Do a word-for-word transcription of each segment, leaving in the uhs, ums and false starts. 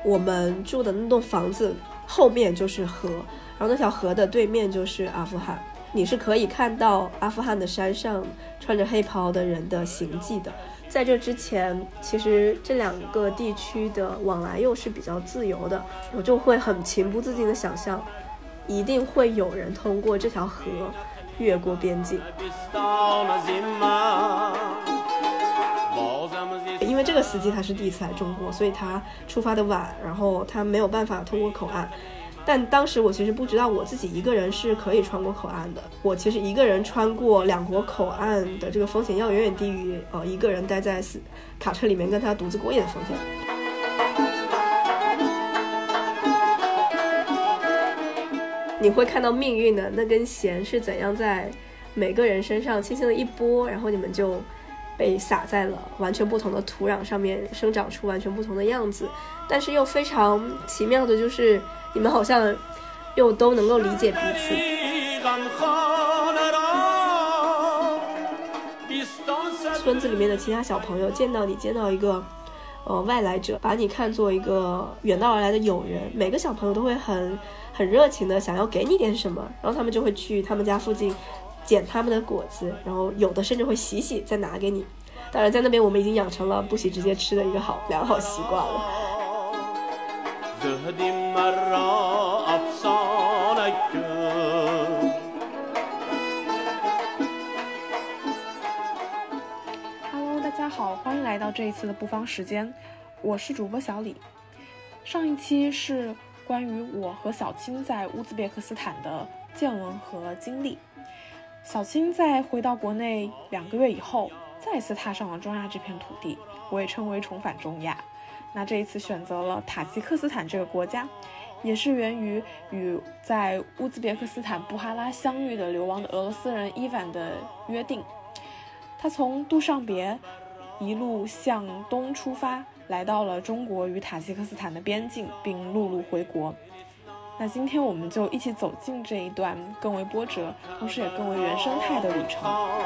我们住的那栋房子后面就是河，然后那条河的对面就是阿富汗，你是可以看到阿富汗的山上穿着黑袍的人的行迹的。在这之前，其实这两个地区的往来又是比较自由的，我就会很情不自禁的想象，一定会有人通过这条河越过边境。因为这个司机他是第一次来中国，所以他出发的晚，然后他没有办法通过口岸。但当时我其实不知道我自己一个人是可以穿过口岸的，我其实一个人穿过两国口岸的这个风险要远远低于呃一个人待在卡车里面跟他独自过夜的风险。你会看到命运的那根弦是怎样在每个人身上轻轻的一拨，然后你们就被撒在了完全不同的土壤上面，生长出完全不同的样子。但是又非常奇妙的就是你们好像又都能够理解彼此。村子里面的其他小朋友见到你，见到一个呃外来者，把你看作一个远道而来的友人，每个小朋友都会很很热情的想要给你点什么，然后他们就会去他们家附近捡他们的果子，然后有的甚至会洗洗再拿给你。当然在那边我们已经养成了不洗直接吃的一个好良好习惯了。 Hello， 大家好，欢迎来到这一次的不方时间，我是主播小李。上一期是关于我和小青在乌兹别克斯坦的见闻和经历。小青在回到国内两个月以后，再次踏上了中亚这片土地，我也称为重返中亚。那这一次选择了塔吉克斯坦这个国家，也是源于与在乌兹别克斯坦布哈拉相遇的流亡的俄罗斯人伊万的约定。他从杜尚别一路向东出发，来到了中国与塔吉克斯坦的边境，并陆路回国。那今天我们就一起走进这一段更为波折，同时也更为原生态的旅程。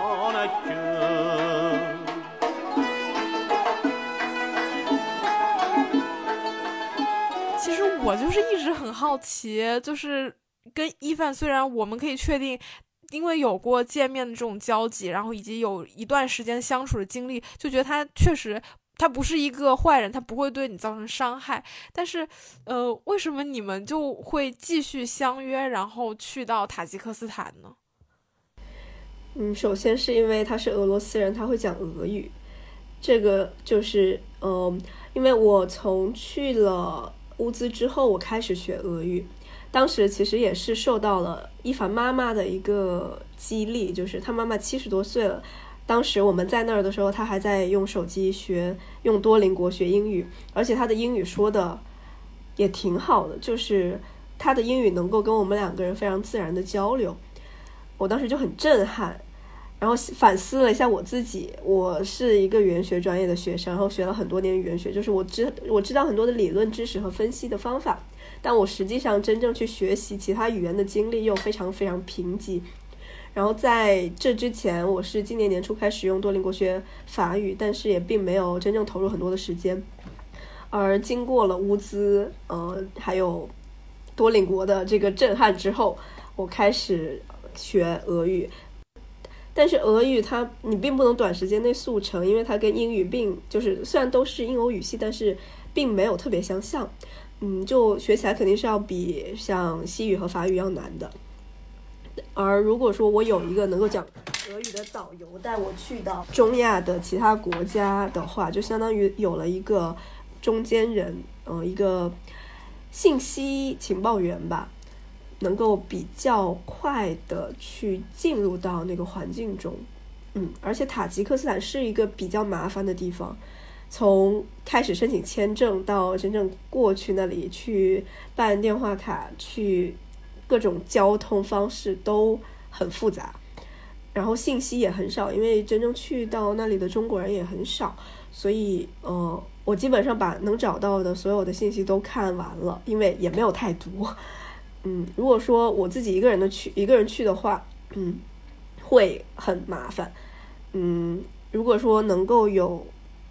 其实我就是一直很好奇，就是跟伊凡虽然我们可以确定因为有过见面的这种交集，然后以及有一段时间相处的经历，就觉得他确实他不是一个坏人，他不会对你造成伤害。但是呃，为什么你们就会继续相约然后去到塔吉克斯坦呢？ 嗯，首先是因为他是俄罗斯人，他会讲俄语。这个就是呃，因为我从去了乌兹之后我开始学俄语，当时其实也是受到了伊凡妈妈的一个激励，就是他妈妈七十多岁了，当时我们在那儿的时候他还在用手机学用多邻国学英语，而且他的英语说的也挺好的，就是他的英语能够跟我们两个人非常自然的交流。我当时就很震撼，然后反思了一下我自己，我是一个语言学专业的学生，然后学了很多年语言学，就是我知我知道很多的理论知识和分析的方法，但我实际上真正去学习其他语言的经历又非常非常贫瘠。然后在这之前，我是今年年初开始用多邻国学法语，但是也并没有真正投入很多的时间。而经过了乌兹呃还有多邻国的这个震撼之后，我开始学俄语。但是俄语它你并不能短时间内速成，因为它跟英语并就是虽然都是英欧语系，但是并没有特别相像。嗯，就学起来肯定是要比像西语和法语要难的。而如果说我有一个能够讲俄语的导游带我去到中亚的其他国家的话，就相当于有了一个中间人，呃，一个信息情报员吧，能够比较快的去进入到那个环境中。嗯，而且塔吉克斯坦是一个比较麻烦的地方，从开始申请签证到真正过去那里去办电话卡，去各种交通方式都很复杂，然后信息也很少，因为真正去到那里的中国人也很少，所以呃，我基本上把能找到的所有的信息都看完了，因为也没有太多。嗯，如果说我自己一个人的去一个人去的话，嗯，会很麻烦。嗯，如果说能够有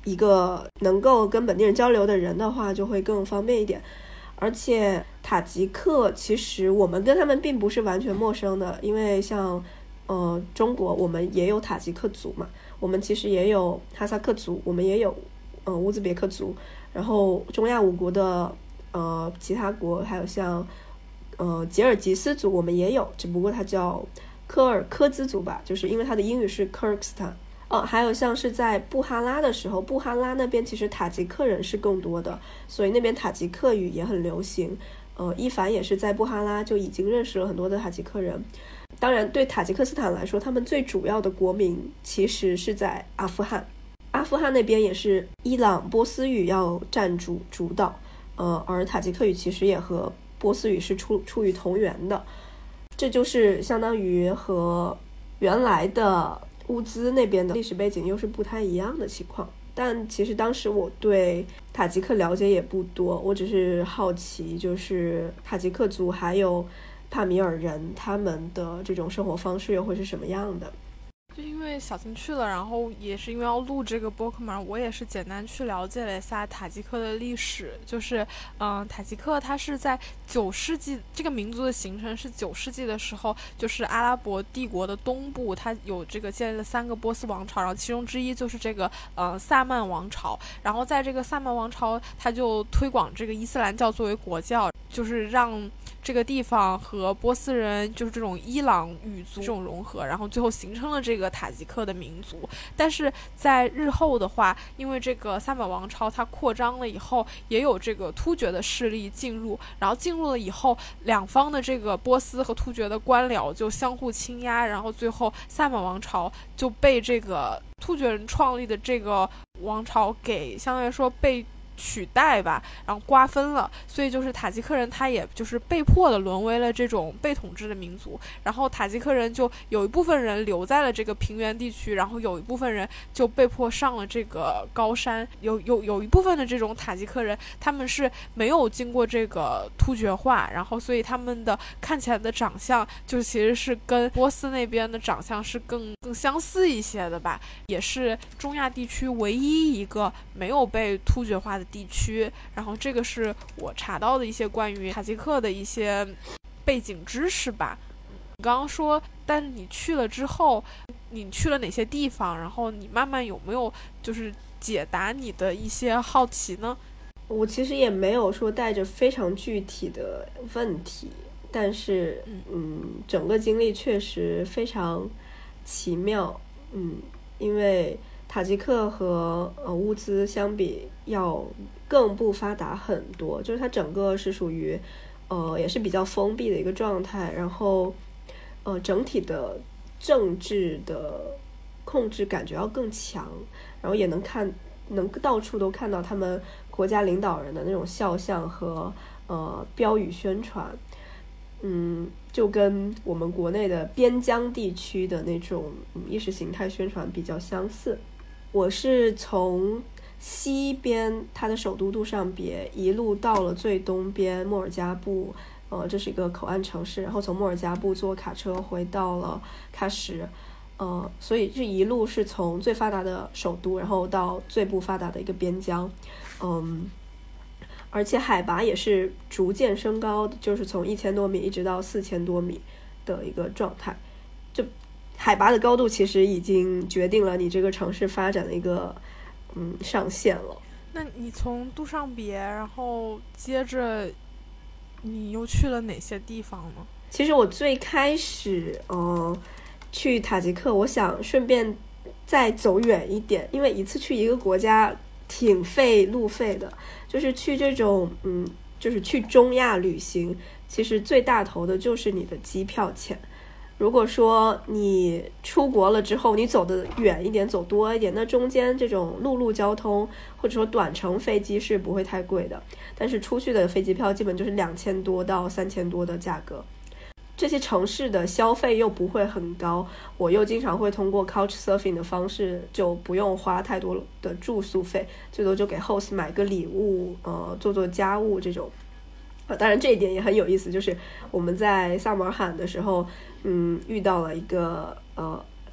一个能够跟本地人交流的人的话，就会更方便一点。而且塔吉克其实我们跟他们并不是完全陌生的，因为像呃中国我们也有塔吉克族嘛，我们其实也有哈萨克族，我们也有呃乌兹别克族，然后中亚五国的呃其他国还有像呃吉尔吉斯族我们也有，只不过它叫科尔科兹族吧，就是因为它的英语是 Kyrgyzstan。呃，还有像是在布哈拉的时候，布哈拉那边其实塔吉克人是更多的，所以那边塔吉克语也很流行。呃，伊凡也是在布哈拉就已经认识了很多的塔吉克人。当然，对塔吉克斯坦来说，他们最主要的国民其实是在阿富汗。阿富汗那边也是伊朗波斯语要占主主导，呃，而塔吉克语其实也和波斯语是出出于同源的，这就是相当于和原来的乌兹那边的历史背景又是不太一样的情况。但其实当时我对塔吉克了解也不多，我只是好奇，就是塔吉克族还有帕米尔人他们的这种生活方式又会是什么样的。 就因为小青去了，然后也是因为要录这个播客嘛，我也是简单去了解了一下塔吉克的历史。就是嗯、呃，塔吉克它是在九世纪，这个民族的形成是九世纪的时候，就是阿拉伯帝国的东部，它有这个建立了三个波斯王朝，然后其中之一就是这个呃萨曼王朝。然后在这个萨曼王朝，它就推广这个伊斯兰教作为国教，就是让这个地方和波斯人就是这种伊朗语族这种融合，然后最后形成了这个塔吉克的民族。但是在日后的话，因为这个萨满王朝它扩张了以后，也有这个突厥的势力进入，然后进入了以后，两方的这个波斯和突厥的官僚就相互倾压，然后最后萨满王朝就被这个突厥人创立的这个王朝给相当于说被取代吧，然后瓜分了。所以就是塔吉克人他也就是被迫的沦为了这种被统治的民族，然后塔吉克人就有一部分人留在了这个平原地区，然后有一部分人就被迫上了这个高山。有有有一部分的这种塔吉克人他们是没有经过这个突厥化，然后所以他们的看起来的长相就其实是跟波斯那边的长相是更更相似一些的吧，也是中亚地区唯一一个没有被突厥化的地区。然后这个是我查到的一些关于塔吉克的一些背景知识吧。你刚刚说，但你去了之后，你去了哪些地方？然后你慢慢有没有就是解答你的一些好奇呢？ 我其实也没有说带着非常具体的问题，但是嗯，整个经历确实非常奇妙。嗯，因为塔吉克和呃乌兹相比要更不发达很多，就是它整个是属于呃也是比较封闭的一个状态，然后呃整体的政治的控制感觉要更强，然后也能看能到处都看到他们国家领导人的那种肖像和呃标语宣传。嗯，就跟我们国内的边疆地区的那种、嗯、意识形态宣传比较相似。我是从西边它的首都杜尚别一路到了最东边莫尔加布，呃，这是一个口岸城市，然后从莫尔加布坐卡车回到了喀什，呃，所以这一路是从最发达的首都，然后到最不发达的一个边疆，嗯，而且海拔也是逐渐升高，就是从一千多米一直到四千多米的一个状态。就海拔的高度其实已经决定了你这个城市发展的一个嗯上限了。 那你从杜尚别，然后接着你又去了哪些地方呢？ 其实我最开始呃去塔吉克，我想顺便再走远一点，因为一次去一个国家挺费路费的，就是去这种嗯就是去中亚旅行，其实最大头的就是你的机票钱。如果说你出国了之后，你走得远一点，走多一点，那中间这种陆路交通或者说短程飞机是不会太贵的，但是出去的飞机票基本就是两千多到三千多的价格。这些城市的消费又不会很高，我又经常会通过 Couchsurfing 的方式，就不用花太多的住宿费，最多就给 host 买个礼物，呃，做做家务这种。呃，当然这一点也很有意思，就是我们在萨摩尔罕的时候，嗯，遇到了一个呃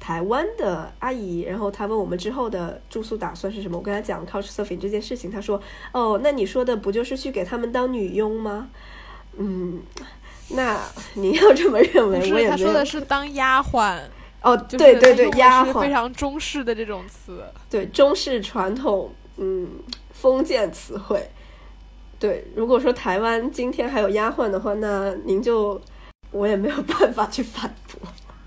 台湾的阿姨，然后她问我们之后的住宿打算是什么，我跟她讲 Couchsurfing 这件事情，她说哦，那你说的不就是去给他们当女佣吗？嗯，那你要这么认为，我也没有。 他说的是当丫鬟。 哦，对对对，丫鬟非常中式的这种词， 对，中式传统，嗯，封建词汇。对，如果说台湾今天还有丫鬟的话，那您就我也没有办法去反驳。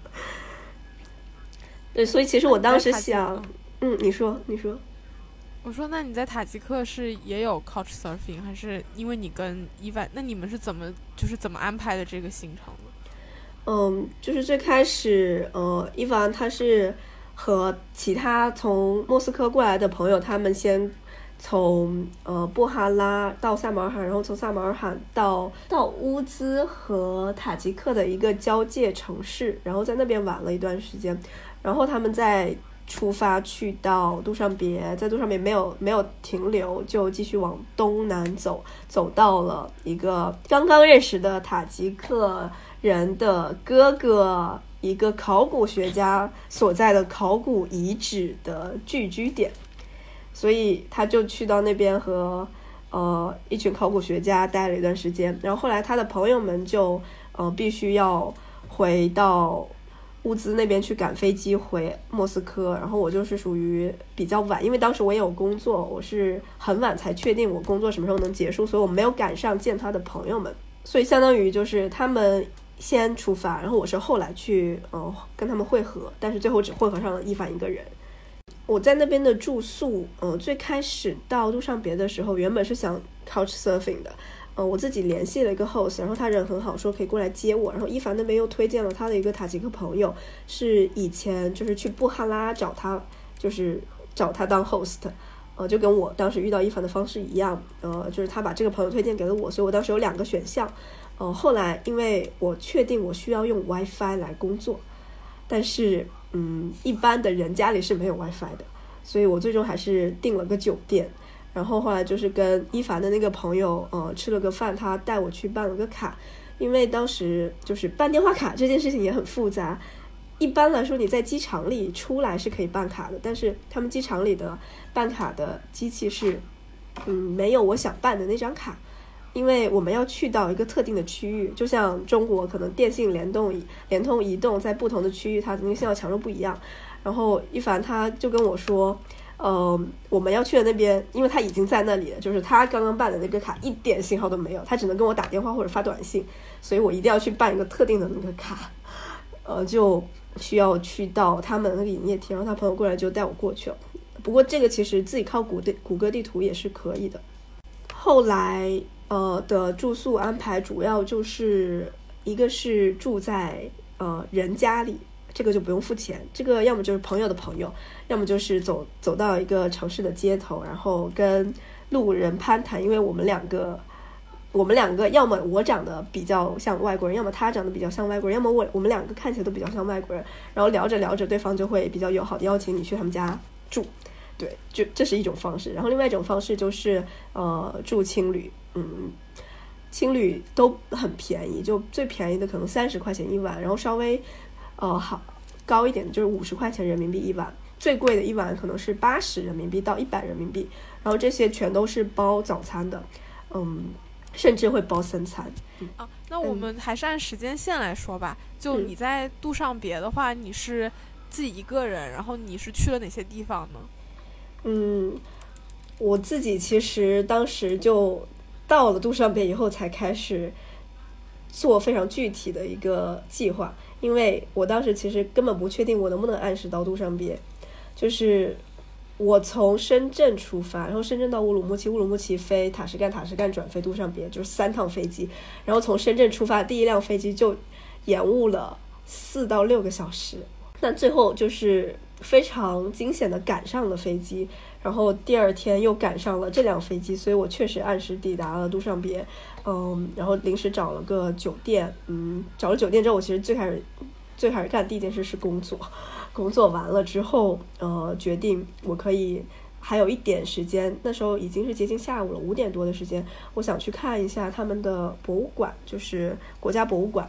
对，所以其实我当时想，嗯，你说，你说。 我说，那你在塔吉克是也有 Couchsurfing， 还是因为你跟伊万，那你们是怎么就是怎么安排的这个行程呢？ 嗯，就是最开始，呃，伊凡他是和其他从莫斯科过来的朋友，他们先从呃布哈拉到萨马尔罕，然后从萨马尔罕到到乌兹和塔吉克的一个交界城市，然后在那边玩了一段时间，然后他们再出发去到杜尚别，在杜尚别没有没有停留，就继续往东南走，走到了一个刚刚认识的塔吉克人的哥哥，一个考古学家所在的考古遗址的聚居点，所以他就去到那边和呃一群考古学家待了一段时间，然后后来他的朋友们就呃必须要回到乌兹那边去赶飞机回莫斯科，然后我就是属于比较晚，因为当时我也有工作，我是很晚才确定我工作什么时候能结束，所以我没有赶上见他的朋友们，所以相当于就是他们先出发，然后我是后来去呃跟他们会合，但是最后只会合上了伊凡一个人。我在那边的住宿，呃，最开始到杜尚别的时候，原本是想 Couchsurfing 的，呃，我自己联系了一个 host， 然后他人很好，说可以过来接我，然后伊凡那边又推荐了他的一个塔吉克朋友，是以前就是去布哈拉找他，就是找他当 host， 呃，就跟我当时遇到伊凡的方式一样，呃，就是他把这个朋友推荐给了我，所以我当时有两个选项，呃，后来因为我确定我需要用 WiFi 来工作，但是嗯，一般的人家里是没有 WiFi 的，所以我最终还是订了个酒店，然后后来就是跟伊凡的那个朋友呃吃了个饭，他带我去办了个卡，因为当时就是办电话卡这件事情也很复杂，一般来说你在机场里出来是可以办卡的，但是他们机场里的办卡的机器是嗯没有我想办的那张卡，因为我们要去到一个特定的区域，就像中国可能电信联动联通移动在不同的区域它的那个信号强度不一样，然后一凡他就跟我说呃，我们要去的那边，因为他已经在那里了，就是他刚刚办的那个卡一点信号都没有，他只能跟我打电话或者发短信，所以我一定要去办一个特定的那个卡，呃，就需要去到他们那个营业厅，然后他朋友过来就带我过去了。不过这个其实自己靠谷地谷歌地图也是可以的。后来呃的住宿安排主要就是一个是住在呃人家里，这个就不用付钱，这个要么就是朋友的朋友，要么就是走走到一个城市的街头，然后跟路人攀谈，因为我们两个我们两个要么我长得比较像外国人，要么他长得比较像外国人，要么我我们两个看起来都比较像外国人，然后聊着聊着对方就会比较友好的邀请你去他们家住，对，就这是一种方式。然后另外一种方式就是呃住青旅，嗯，青旅都很便宜，就最便宜的可能三十块钱一晚，然后稍微呃好高一点就是五十块钱人民币一晚，最贵的一晚可能是八十人民币到一百人民币，然后这些全都是包早餐的，嗯，甚至会包三餐。 啊，那我们还是按时间线来说吧，嗯，就你在杜尚别的话，你是自己一个人，然后你是去了哪些地方呢？ 嗯，我自己其实当时就到了杜尚别以后才开始做非常具体的一个计划，因为我当时其实根本不确定我能不能按时到杜尚别，就是我从深圳出发，然后深圳到乌鲁木齐，乌鲁木齐飞塔什干，塔什干转飞杜尚别，就是三趟飞机，然后从深圳出发第一辆飞机就延误了四到六个小时，那最后就是非常惊险的赶上了飞机，然后第二天又赶上了这辆飞机，所以我确实按时抵达了杜尚别，嗯，然后临时找了个酒店，嗯，找了酒店之后，我其实最开始最开始干的第一件事是工作，工作完了之后，呃，决定我可以还有一点时间，那时候已经是接近下午了，五点多的时间，我想去看一下他们的博物馆，就是国家博物馆。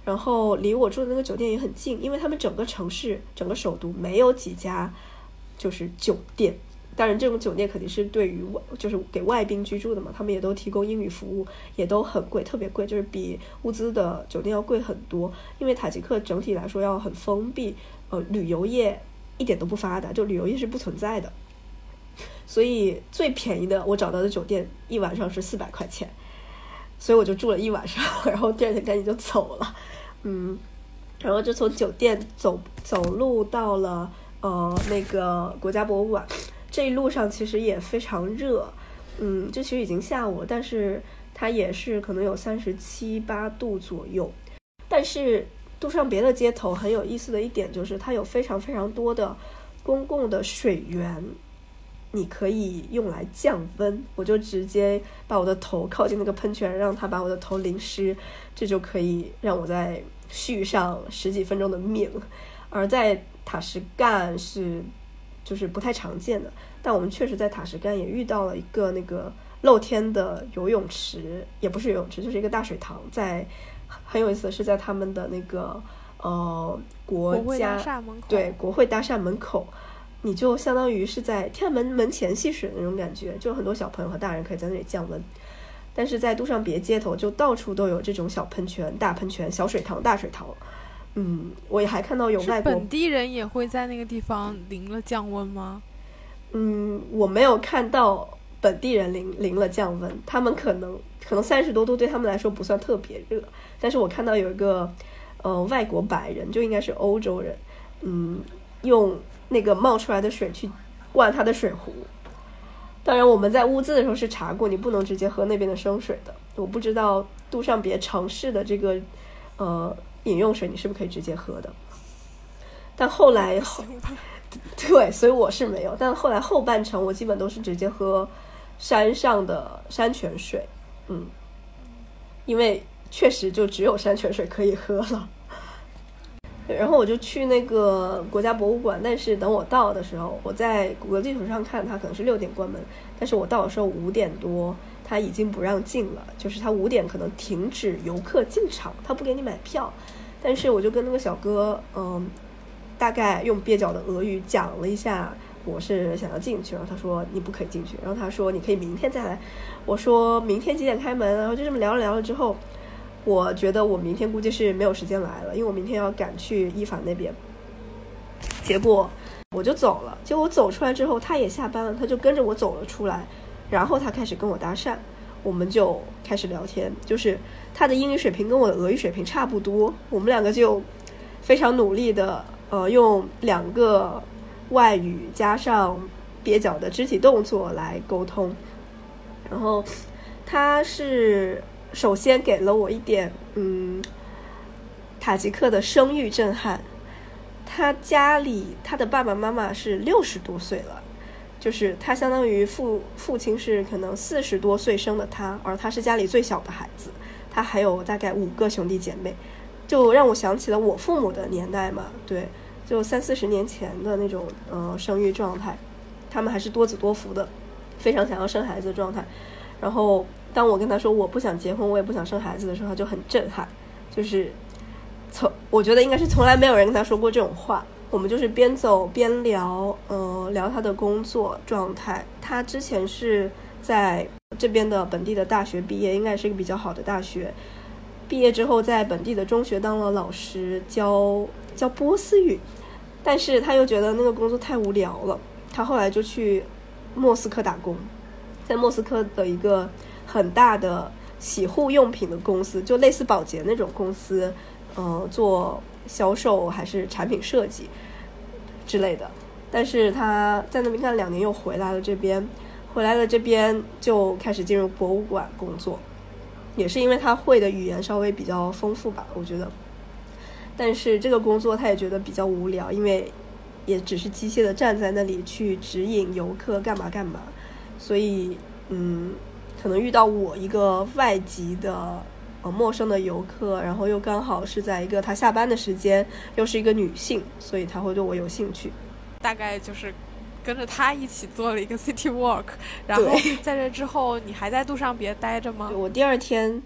然后离我住的那个酒店也很近，因为他们整个城市整个首都没有几家就是酒店，当然这种酒店肯定是对于就是给外宾居住的嘛，他们也都提供英语服务，也都很贵，特别贵，就是比乌兹的酒店要贵很多。因为塔吉克整体来说要很封闭，呃，旅游业一点都不发达，就旅游业是不存在的，所以最便宜的我找到的酒店一晚上是四百块钱，所以我就住了一晚上，然后第二天赶紧就走了，嗯，然后就从酒店走走路到了呃那个国家博物馆。这一路上其实也非常热，嗯，这其实已经下午了，但是它也是可能有三十七八度左右。但是杜尚别的街头很有意思的一点就是它有非常非常多的公共的水源，你可以用来降温。我就直接把我的头靠近那个喷泉，让它把我的头淋湿，这就可以让我再续上十几分钟的命。而在塔什干是就是不太常见的，但我们确实在塔什干也遇到了一个那个露天的游泳池，也不是游泳池，就是一个大水塘，在很有意思的是在他们的那个呃国家对国会大厦门口，你就相当于是在天安门门前戏水的那种感觉，就很多小朋友和大人可以在那里降温。但是在杜尚别街头就到处都有这种小喷泉、大喷泉、小水塘、大水塘。嗯，我也还看到有外国本地人也会在那个地方淋了降温吗？ 嗯，我没有看到本地人淋淋了降温，他们可能可能三十多度对他们来说不算特别热，但是我看到有一个呃外国白人，就应该是欧洲人，嗯，用那个冒出来的水去灌他的水壶。当然我们在乌兹的时候是查过，你不能直接喝那边的生水的。我不知道杜尚别城市的这个呃饮用水你是不是可以直接喝的，但后来对，所以我是没有，但后来后半程我基本都是直接喝山上的山泉水，嗯，因为确实就只有山泉水可以喝了。然后我就去那个国家博物馆，但是等我到的时候，我在谷歌地图上看它可能是六点关门，但是我到的时候五点多它已经不让进了，就是它五点可能停止游客进场，它不给你买票。但是我就跟那个小哥嗯，大概用蹩脚的俄语讲了一下我是想要进去，然后他说你不可以进去，然后他说你可以明天再来，我说明天几点开门，然后就这么聊了聊了之后，我觉得我明天估计是没有时间来了，因为我明天要赶去伊凡那边。结果我就走了，结果我走出来之后他也下班了，他就跟着我走了出来，然后他开始跟我搭讪，我们就开始聊天，就是他的英语水平跟我的俄语水平差不多，我们两个就非常努力的呃用两个外语加上蹩脚的肢体动作来沟通。然后他是首先给了我一点嗯塔吉克的生育震撼，他家里他的爸爸妈妈是六十多岁了，就是他相当于父父亲是可能四十多岁生的他，而他是家里最小的孩子，他还有大概五个兄弟姐妹，就让我想起了我父母的年代嘛，对，就三四十年前的那种呃生育状态，他们还是多子多福的，非常想要生孩子的状态。然后当我跟他说我不想结婚我也不想生孩子的时候，他就很震撼，就是从我觉得应该是从来没有人跟他说过这种话。我们就是边走边聊呃，聊他的工作状态，他之前是在这边的本地的大学毕业，应该是一个比较好的大学，毕业之后在本地的中学当了老师，教教波斯语，但是他又觉得那个工作太无聊了，他后来就去莫斯科打工，在莫斯科的一个很大的洗护用品的公司，就类似宝洁那种公司，呃，做销售还是产品设计之类的。但是他在那边干两年又回来了这边，回来了这边就开始进入博物馆工作，也是因为他会的语言稍微比较丰富吧，我觉得。但是这个工作他也觉得比较无聊，因为也只是机械的站在那里去指引游客干嘛干嘛，所以嗯，可能遇到我一个外籍的呃陌生的游客，然后又刚好是在一个他下班的时间，又是一个女性，所以他会对我有兴趣。 大概就是跟着他一起做了一个 city walk， 然后在这之后你还在杜尚别待着吗？ 我第二天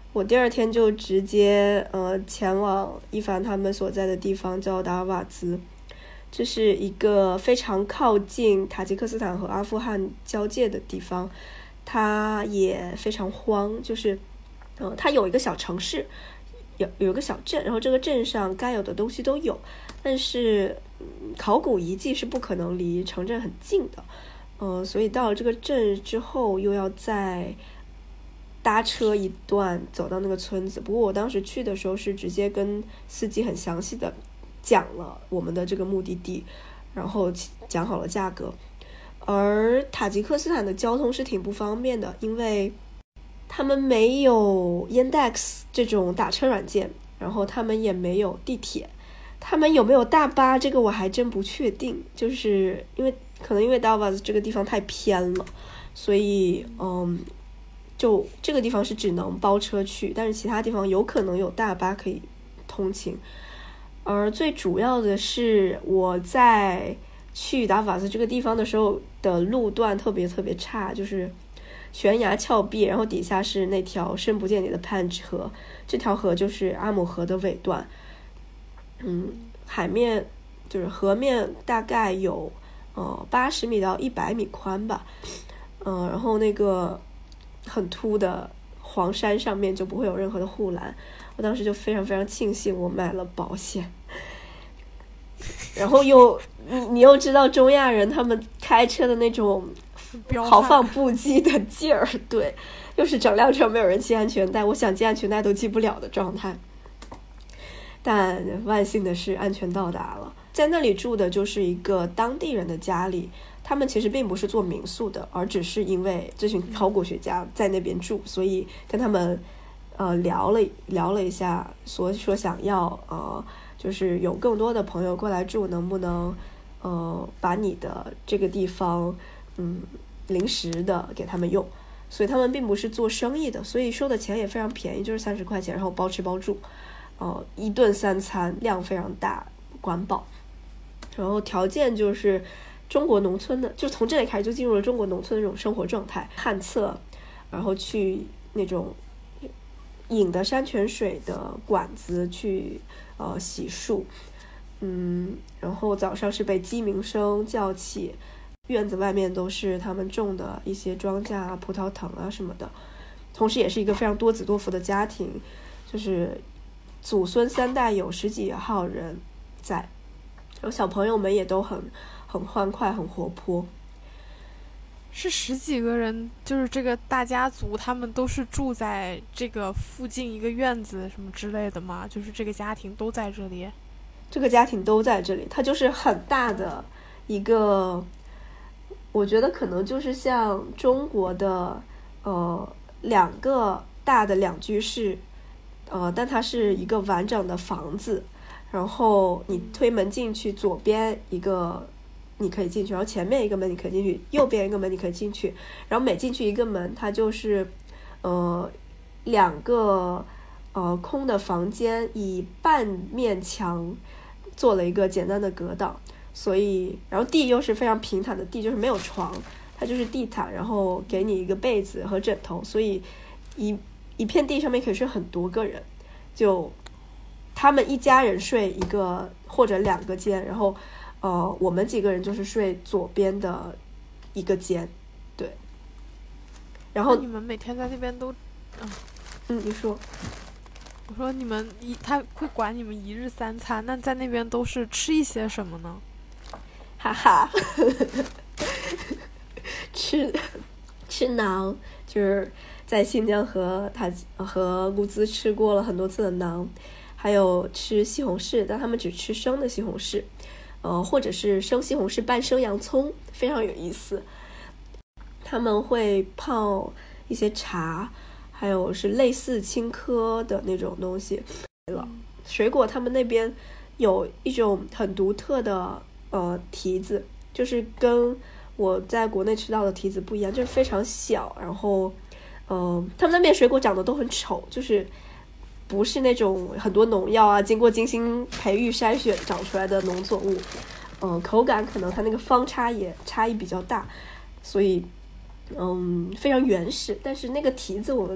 我第二天就直接呃前往伊凡他们所在的地方，叫达尔瓦兹。这是一个非常靠近塔吉克斯坦和阿富汗交界的地方，它也非常荒，就是呃它有一个小城市，有有一个小镇，然后这个镇上该有的东西都有，但是、嗯、考古遗迹是不可能离城镇很近的，呃所以到了这个镇之后又要再搭车一段走到那个村子。不过我当时去的时候是直接跟司机很详细的讲了我们的这个目的地，然后讲好了价格。而塔吉克斯坦的交通是挺不方便的，因为他们没有 Yandex 这种打车软件，然后他们也没有地铁，他们有没有大巴这个我还真不确定，就是因为可能因为 Dalvaz 这个地方太偏了，所以嗯就这个地方是只能包车去，但是其他地方有可能有大巴可以通勤。而最主要的是我在去达法斯这个地方的时候的路段特别特别差，就是悬崖峭壁，然后底下是那条深不见底的潘支河，这条河就是阿姆河的尾段。嗯，海面就是河面大概有呃八十米到一百米宽吧，嗯、呃，然后那个很秃的黄山上面就不会有任何的护栏，我当时就非常非常庆幸我买了保险。然后又你你又知道中亚人他们开车的那种豪放不羁的劲儿，对，又是整辆车没有人系安全带，我想系安全带都系不了的状态。但万幸的是安全到达了，在那里住的就是一个当地人的家里，他们其实并不是做民宿的，而只是因为这群考古学家在那边住，所以跟他们呃聊了聊了一下，所以说想要呃就是有更多的朋友过来住，能不能呃把你的这个地方嗯临时的给他们用，所以他们并不是做生意的，所以收的钱也非常便宜，就是三十块钱，然后包吃包住，呃一顿三餐量非常大，管饱，然后条件就是中国农村的，就从这里开始就进入了中国农村的这种生活状态，旱厕，然后去那种引的山泉水的管子去呃洗漱，嗯，然后早上是被鸡鸣声叫起，院子外面都是他们种的一些庄稼啊、葡萄藤啊什么的，同时也是一个非常多子多福的家庭，就是祖孙三代有十几号人在，然后小朋友们也都很很欢快很活泼。 是十几个人，就是这个大家族他们都是住在这个附近一个院子什么之类的吗？就是这个家庭都在这里？ 这个家庭都在这里，它就是很大的一个，我觉得可能就是像中国的呃两个大的两居室，呃但它是一个完整的房子，然后你推门进去，左边一个你可以进去，然后前面一个门你可以进去，右边一个门你可以进去，然后每进去一个门它就是呃两个呃空的房间，以半面墙做了一个简单的隔挡，所以然后地又是非常平坦的地，就是没有床，它就是地毯，然后给你一个被子和枕头，所以一一片地上面可以睡很多个人，就他们一家人睡一个或者两个间，然后呃我们几个人就是睡左边的一个间，对。然后你们每天在那边都嗯嗯你说我说你们一他会管你们一日三餐，那在那边都是吃一些什么呢？ 哈哈吃吃馕，就是在新疆和他和乌兹吃过了很多次的馕，还有吃西红柿，但他们只吃生的西红柿，呃，或者是生西红柿拌生洋葱，非常有意思。他们会泡一些茶，还有是类似青稞的那种东西。水果他们那边有一种很独特的呃提子，就是跟我在国内吃到的提子不一样，就是非常小，然后呃他们那边水果长得都很丑，就是不是那种很多农药啊经过精心培育筛选长出来的农作物，嗯、呃，口感可能它那个方差也差异比较大，所以嗯非常原始。但是那个提子我们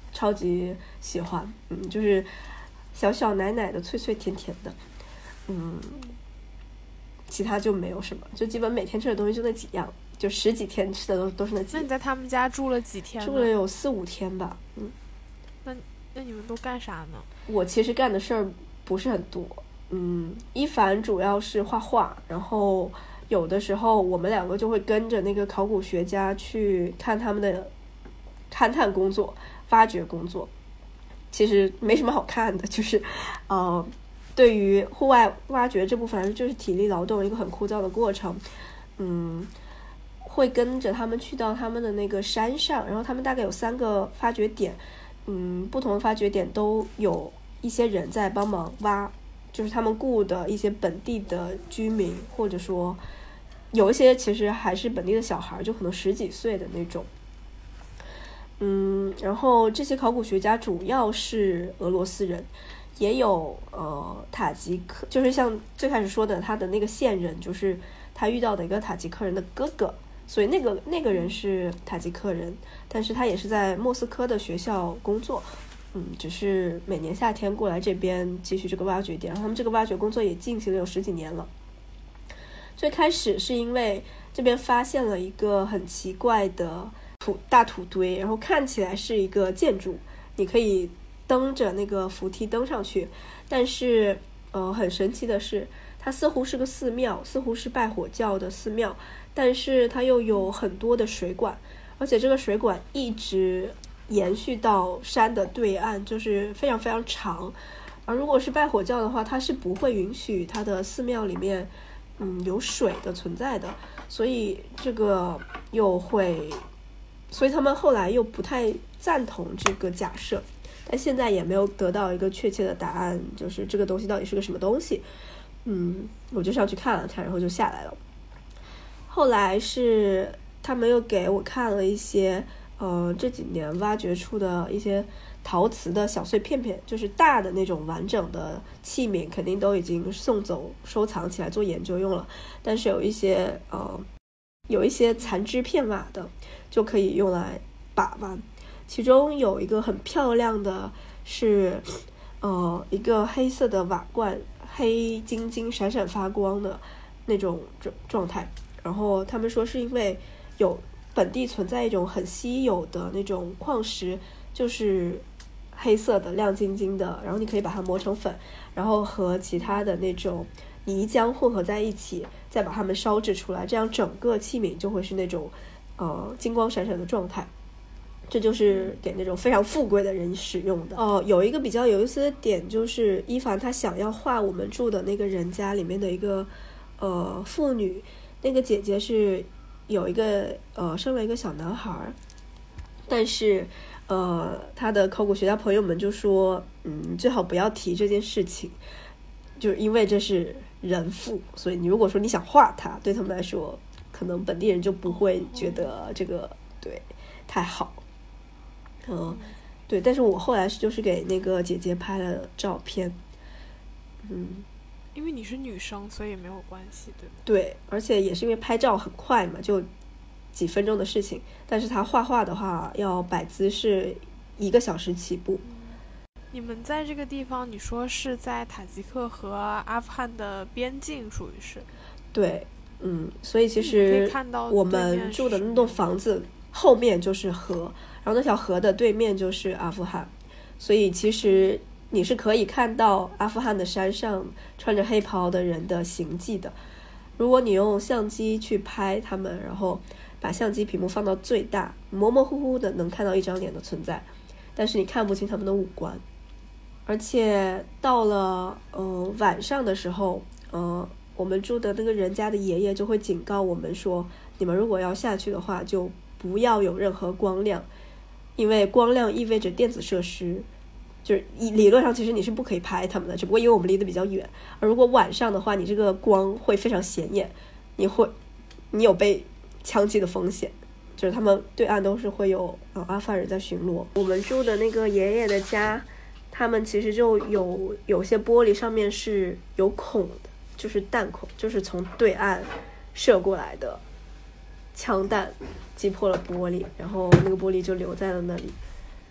超级喜欢，嗯，就是小小奶奶的，脆脆甜甜的，嗯，其他就没有什么，就基本每天吃的东西就那几样，就十几天吃的都都是那几样。 那你在他们家住了几天呢？ 住了有四五天吧，嗯。 那那你们都干啥呢？ 我其实干的事儿不是很多，嗯，一凡主要是画画，然后有的时候我们两个就会跟着那个考古学家去看他们的勘探工作、发掘工作。其实没什么好看的，就是呃，对于户外挖掘这部分来说，就是体力劳动，一个很枯燥的过程。嗯，会跟着他们去到他们的那个山上，然后他们大概有三个发掘点，嗯，不同的发掘点都有一些人在帮忙挖，就是他们雇的一些本地的居民，或者说有一些其实还是本地的小孩，就可能十几岁的那种。嗯，然后这些考古学家主要是俄罗斯人，也有呃塔吉克，就是像最开始说的他的那个线人，就是他遇到的一个塔吉克人的哥哥，所以那个那个人是塔吉克人，但是他也是在莫斯科的学校工作，嗯，只是每年夏天过来这边继续这个挖掘点，然后他们这个挖掘工作也进行了有十几年了。最开始是因为这边发现了一个很奇怪的土大土堆，然后看起来是一个建筑，你可以蹬着那个扶梯登上去，但是呃很神奇的是它似乎是个寺庙，似乎是拜火教的寺庙，但是它又有很多的水管，而且这个水管一直延续到山的对岸，就是非常非常长。而如果是拜火教的话，它是不会允许它的寺庙里面嗯有水的存在的，所以这个又会所以他们后来又不太赞同这个假设，但现在也没有得到一个确切的答案，就是这个东西到底是个什么东西。嗯，我就上去看了看，然后就下来了。后来是他们又给我看了一些呃这几年挖掘出的一些陶瓷的小碎片片，就是大的那种完整的器皿肯定都已经送走收藏起来做研究用了，但是有一些呃有一些残肢片瓦的就可以用来把玩。其中有一个很漂亮的是呃一个黑色的瓦罐，黑晶晶闪闪发光的那种状态，然后他们说是因为有本地存在一种很稀有的那种矿石，就是黑色的亮晶晶的，然后你可以把它磨成粉，然后和其他的那种泥浆混合在一起，再把它们烧制出来，这样整个器皿就会是那种呃金光闪闪的状态。这就是给那种非常富贵的人使用的哦。有一个比较有意思的点，就是伊凡他想要画我们住的那个人家里面的一个呃妇女，那个姐姐是有一个呃生了一个小男孩，但是呃他的考古学家朋友们就说，嗯，最好不要提这件事情，就是因为这是人妇，所以你如果说你想画他，对他们来说，可能本地人就不会觉得这个对太好。嗯，对，但是我后来是就是给那个姐姐拍了照片，嗯， 因为你是女生，所以没有关系，对吧？ 对，而且也是因为拍照很快嘛，就几分钟的事情，但是他画画的话要摆姿势一个小时起步。 你们在这个地方，你说是在塔吉克和阿富汗的边境，属于是？ 对，嗯，所以其实我们住的那栋房子后面就是河，然后那条河的对面就是阿富汗，所以其实你是可以看到阿富汗的山上穿着黑袍的人的行迹的。如果你用相机去拍他们，然后把相机屏幕放到最大，模模糊糊的能看到一张脸的存在，但是你看不清他们的五官。而且到了呃晚上的时候，呃我们住的那个人家的爷爷就会警告我们说，你们如果要下去的话，就不要有任何光亮，因为光亮意味着电子设施，就是理论上其实你是不可以拍他们的，只不过因为我们离得比较远。而如果晚上的话，你这个光会非常显眼，你会你有被枪击的风险，就是他们对岸都是会有呃阿富汗人在巡逻。我们住的那个爷爷的家，他们其实就有有些玻璃上面是有孔的，就是弹孔，就是从对岸射过来的枪弹击破了玻璃，然后那个玻璃就留在了那里。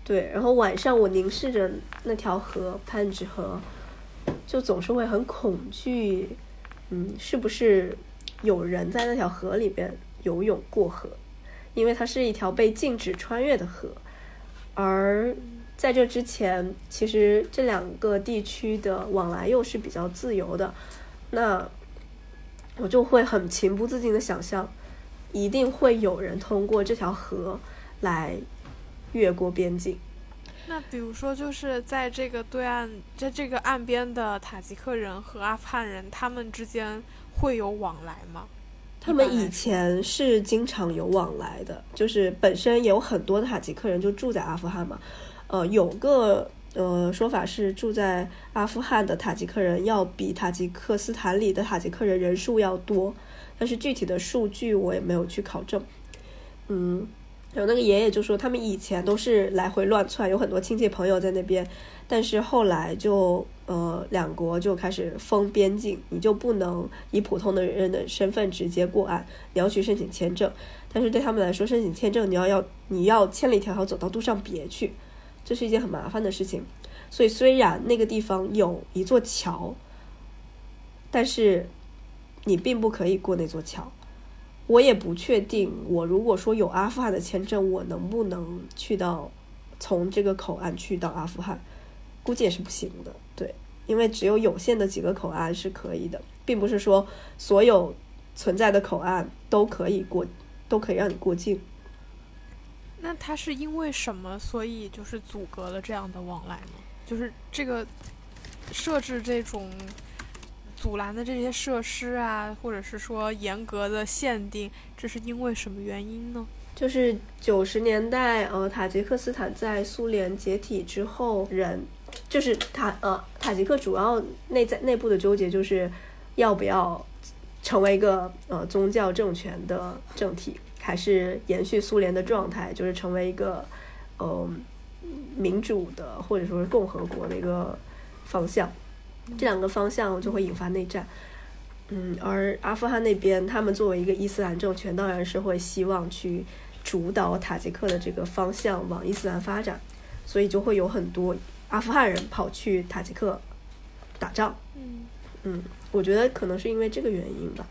对，然后晚上我凝视着那条河攀枝河，就总是会很恐惧，嗯，是不是有人在那条河里边游泳过河？因为它是一条被禁止穿越的河，而在这之前，其实这两个地区的往来又是比较自由的，那我就会很情不自禁的想象，一定会有人通过这条河来越过边境。 那比如说就是在这个对岸，在这个岸边的塔吉克人和阿富汗人，他们之间会有往来吗？ 他们以前是经常有往来的，就是本身也有很多的塔吉克人就住在阿富汗嘛，呃，有个呃说法是住在阿富汗的塔吉克人要比塔吉克斯坦里的塔吉克人人数要多，但是具体的数据我也没有去考证。嗯，然后那个爷爷就说他们以前都是来回乱窜，有很多亲戚朋友在那边，但是后来就呃两国就开始封边境，你就不能以普通的人的身份直接过岸，你要去申请签证，但是对他们来说申请签证你要要你要千里迢迢走到杜尚别去，这是一件很麻烦的事情。所以虽然那个地方有一座桥，但是你并不可以过那座桥。我也不确定我如果说有阿富汗的签证，我能不能去到从这个口岸去到阿富汗，估计也是不行的。对，因为只有有限的几个口岸是可以的，并不是说所有存在的口岸都可以过，都可以让你过境。 那它是因为什么所以就是阻隔了这样的往来呢？就是这个设置这种阻拦的这些设施啊，或者是说严格的限定，这是因为什么原因呢？ 就是九十年代，呃，塔吉克斯坦在苏联解体之后，人就是塔呃塔吉克主要内在内部的纠结就是要不要成为一个呃宗教政权的政体，还是延续苏联的状态，就是成为一个呃民主的或者说是共和国的一个方向。这两个方向就会引发内战。嗯，而阿富汗那边他们作为一个伊斯兰政权，当然是会希望去主导塔吉克的这个方向往伊斯兰发展，所以就会有很多阿富汗人跑去塔吉克打仗。 嗯嗯，我觉得可能是因为这个原因吧。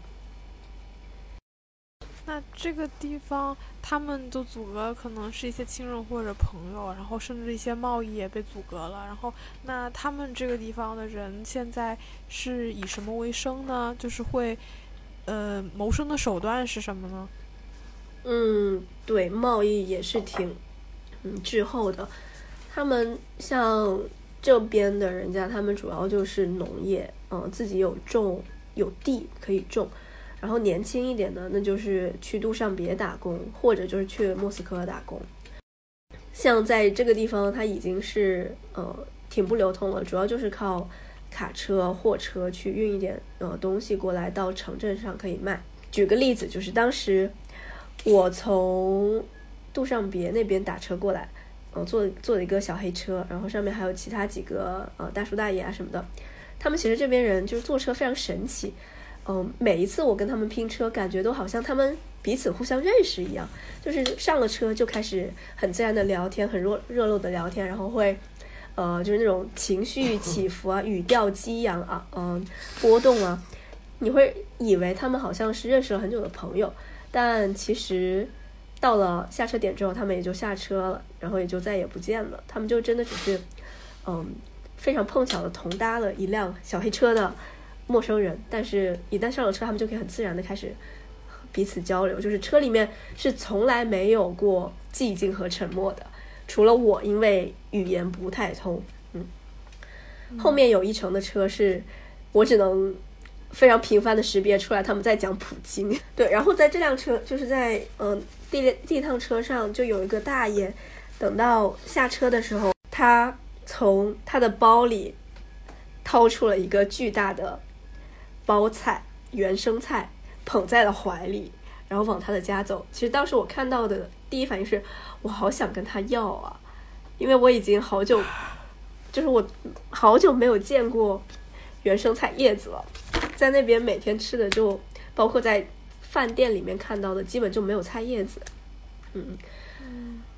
那这个地方他们的阻隔可能是一些亲人或者朋友，然后甚至一些贸易也被阻隔了，然后那他们这个地方的人现在是以什么为生呢？就是会呃谋生的手段是什么呢？ 嗯，对，贸易也是挺嗯滞后的。他们像这边的人家，他们主要就是农业，嗯、呃，自己有种有地可以种。然后年轻一点的，那就是去杜尚别打工，或者就是去莫斯科打工。像在这个地方，它已经是呃挺不流通了，主要就是靠卡车、货车去运一点呃东西过来到城镇上可以卖。举个例子，就是当时我从杜尚别那边打车过来，呃坐坐了一个小黑车，然后上面还有其他几个呃大叔大爷啊什么的。他们其实这边人就是坐车非常神奇。嗯，每一次我跟他们拼车，感觉都好像他们彼此互相认识一样，就是上了车就开始很自然的聊天，很热热络的聊天，然后会，呃，就是那种情绪起伏啊，语调激扬啊，嗯、呃，波动啊，你会以为他们好像是认识了很久的朋友，但其实到了下车点之后，他们也就下车了，然后也就再也不见了，他们就真的只是，嗯，非常碰巧的同搭了一辆小黑车的陌生人，但是一旦上了车，他们就可以很自然的开始彼此交流，就是车里面是从来没有过寂静和沉默的，除了我因为语言不太通。嗯，后面有一程的车是我只能非常频繁的识别出来他们在讲普京。对，然后在这辆车就是在嗯、呃、第第一趟车上就有一个大爷，等到下车的时候，他从他的包里掏出了一个巨大的包菜，原生菜，捧在了怀里，然后往他的家走。其实当时我看到的第一反应是，我好想跟他要啊，因为我已经好久，就是我好久没有见过原生菜叶子了，在那边每天吃的就包括在饭店里面看到的，基本就没有菜叶子。嗯，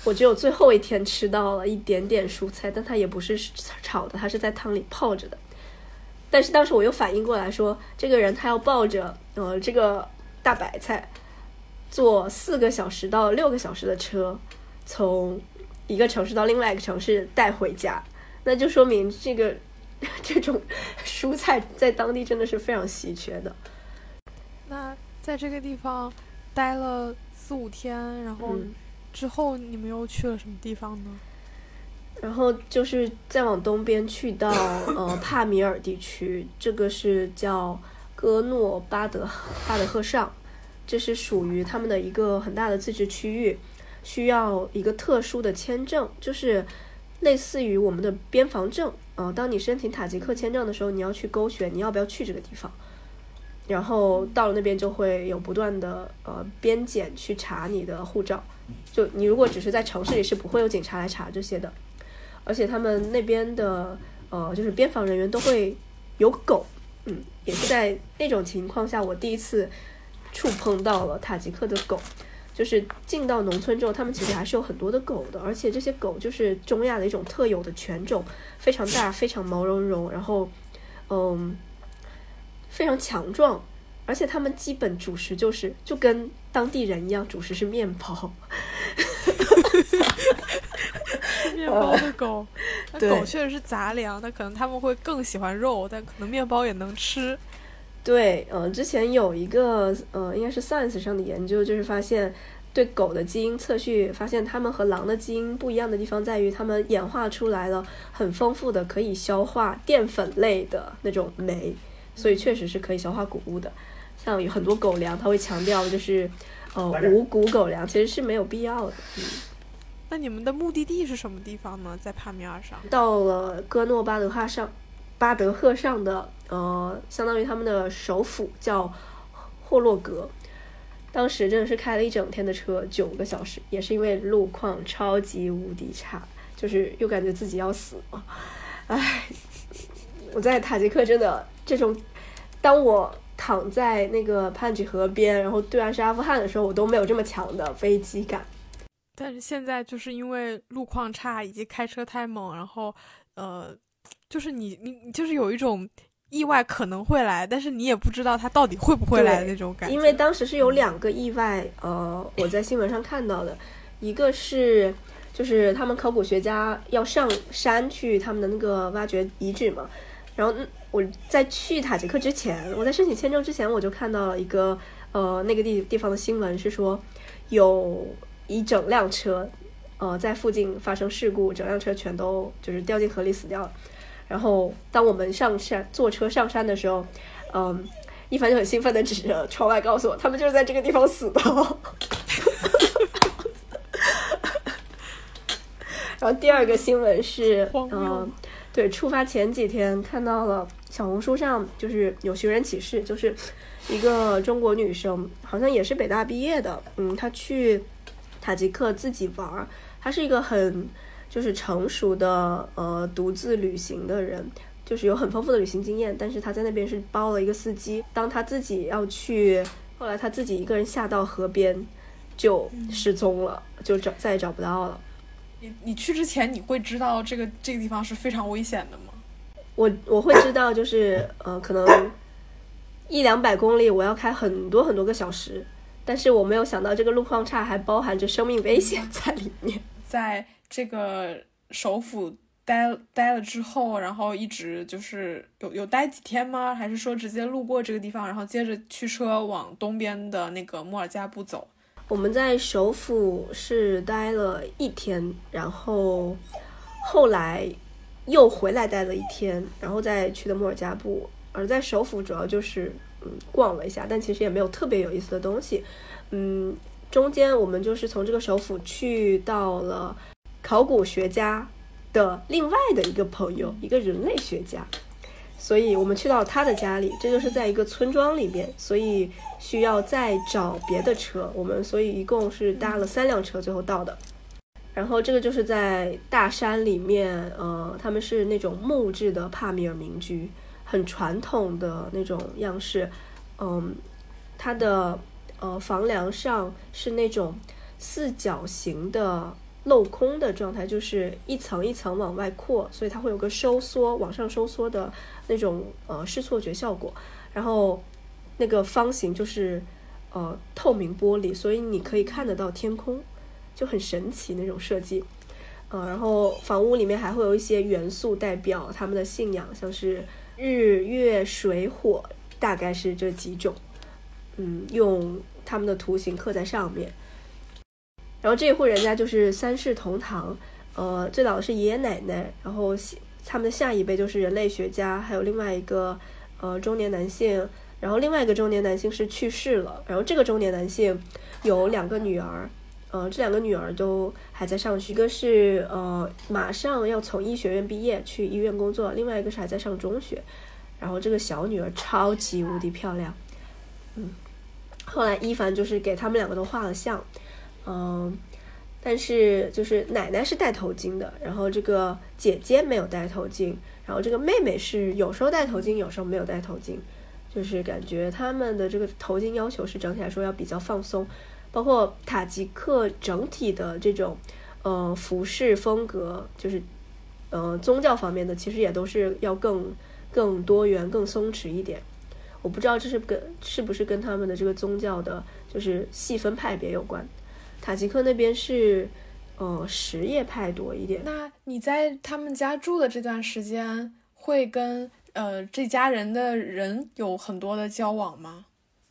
我只有最后一天吃到了一点点蔬菜，但它也不是炒的，它是在汤里泡着的。但是当时我又反应过来说，这个人他要抱着呃这个大白菜坐四个小时到六个小时的车，从一个城市到另外一个城市带回家，那就说明这个这种蔬菜在当地真的是非常稀缺的。 那在这个地方待了四五天，然后之后你们又去了什么地方呢？ 然后就是再往东边去到呃帕米尔地区，这个是叫戈诺巴德巴德赫上，这是属于他们的一个很大的自治区域，需要一个特殊的签证，就是类似于我们的边防证。呃，当你申请塔吉克签证的时候，你要去勾选你要不要去这个地方，然后到了那边就会有不断的呃边检去查你的护照，就你如果只是在城市里是不会有警察来查这些的。而且他们那边的呃，就是边防人员都会有狗，嗯，也是在那种情况下，我第一次触碰到了塔吉克的狗。就是进到农村之后，他们其实还是有很多的狗的，而且这些狗就是中亚的一种特有的犬种，非常大，非常毛茸茸，然后嗯，非常强壮，而且他们基本主食就是就跟当地人一样，主食是面包。 面包的狗，那狗确实是杂粮，那可能他们会更喜欢肉，但可能面包也能吃。 对，嗯、呃，之前有一个呃，应该是 Science 上的研究，就是发现对狗的基因测序，发现它们和狼的基因不一样的地方在于，它们演化出来了很丰富的可以消化淀粉类的那种酶，所以确实是可以消化谷物的。像有很多狗粮，它会强调就是呃无谷狗粮，其实是没有必要的。嗯。 那你们的目的地是什么地方呢？在帕米尔上， 到了戈诺巴德哈上，巴德赫上的呃，相当于他们的首府叫霍洛格。当时真的是开了一整天的车，九个小时，也是因为路况超级无敌差，就是又感觉自己要死了。唉，我在塔吉克真的这种，当我躺在那个潘吉河边，然后对岸是阿富汗的时候，我都没有这么强的危机感。 但是现在就是因为路况差以及开车太猛，然后呃，就是你你你就是有一种意外可能会来，但是你也不知道它到底会不会来的那种感觉。 因为当时是有两个意外，呃，我在新闻上看到的，一个是就是他们考古学家要上山去他们的那个挖掘遗址嘛，然后我在去塔吉克之前，我在申请签证之前，我就看到了一个呃那个地地方的新闻，是说有一整辆车呃在附近发生事故，整辆车全都就是掉进河里死掉了。然后当我们上山坐车上山的时候，嗯，一凡就很兴奋的指着窗外告诉我，他们就是在这个地方死的。然后第二个新闻是嗯、呃，对，出发前几天看到了小红书上就是有寻人启事，就是一个中国女生，好像也是北大毕业的，嗯，她去塔吉克自己玩，她是一个很就是成熟的呃独自旅行的人，就是有很丰富的旅行经验，但是她在那边是包了一个司机，当她自己要去，后来她自己一个人下到河边就失踪了，嗯、就找再也找不到了。 你你去之前你会知道这个这个地方是非常危险的吗？ 我我会知道，就是呃可能一两百公里我要开很多很多个小时，但是我没有想到这个路况差还包含着生命危险在里面。 在这个首府待待了之后，然后一直就是有有待几天吗？还是说直接路过这个地方，然后接着驱车往东边的那个莫尔加布走？ 我们在首府是待了一天，然后后来又回来待了一天，然后再去的莫尔加布。而在首府主要就是嗯逛了一下，但其实也没有特别有意思的东西。嗯，中间我们就是从这个首府去到了考古学家的另外的一个朋友，一个人类学家，所以我们去到了他的家里，这就是在一个村庄里面，所以需要再找别的车，我们所以一共是搭了三辆车最后到的。然后这个就是在大山里面，呃，他们是那种木质的帕米尔民居，很传统的那种样式，嗯，它的呃房梁上是那种四角形的镂空的状态，就是一层一层往外扩，所以它会有个收缩往上收缩的那种呃视错觉效果。然后那个方形就是呃透明玻璃，所以你可以看得到天空，就很神奇那种设计。呃，然后房屋里面还会有一些元素代表他们的信仰，像是日月水火，大概是这几种，嗯，用他们的图形刻在上面。然后这一户人家就是三世同堂，呃，最早的是爷爷奶奶，然后他们的下一辈就是人类学家，还有另外一个呃中年男性，然后另外一个中年男性是去世了，然后这个中年男性有两个女儿，呃，这两个女儿都还在上学，一个是呃马上要从医学院毕业去医院工作，另外一个是还在上中学。然后这个小女儿超级无敌漂亮，嗯，后来伊凡就是给他们两个都画了像，嗯，但是就是奶奶是戴头巾的，然后这个姐姐没有戴头巾，然后这个妹妹是有时候戴头巾，有时候没有戴头巾，就是感觉他们的这个头巾要求是整体来说要比较放松，包括塔吉克整体的这种呃服饰风格，就是呃宗教方面的其实也都是要更更多元更松弛一点。我不知道这是跟是不是跟他们的这个宗教的就是细分派别有关。塔吉克那边是呃什叶派多一点。 那你在他们家住的这段时间会跟呃这家人的人有很多的交往吗？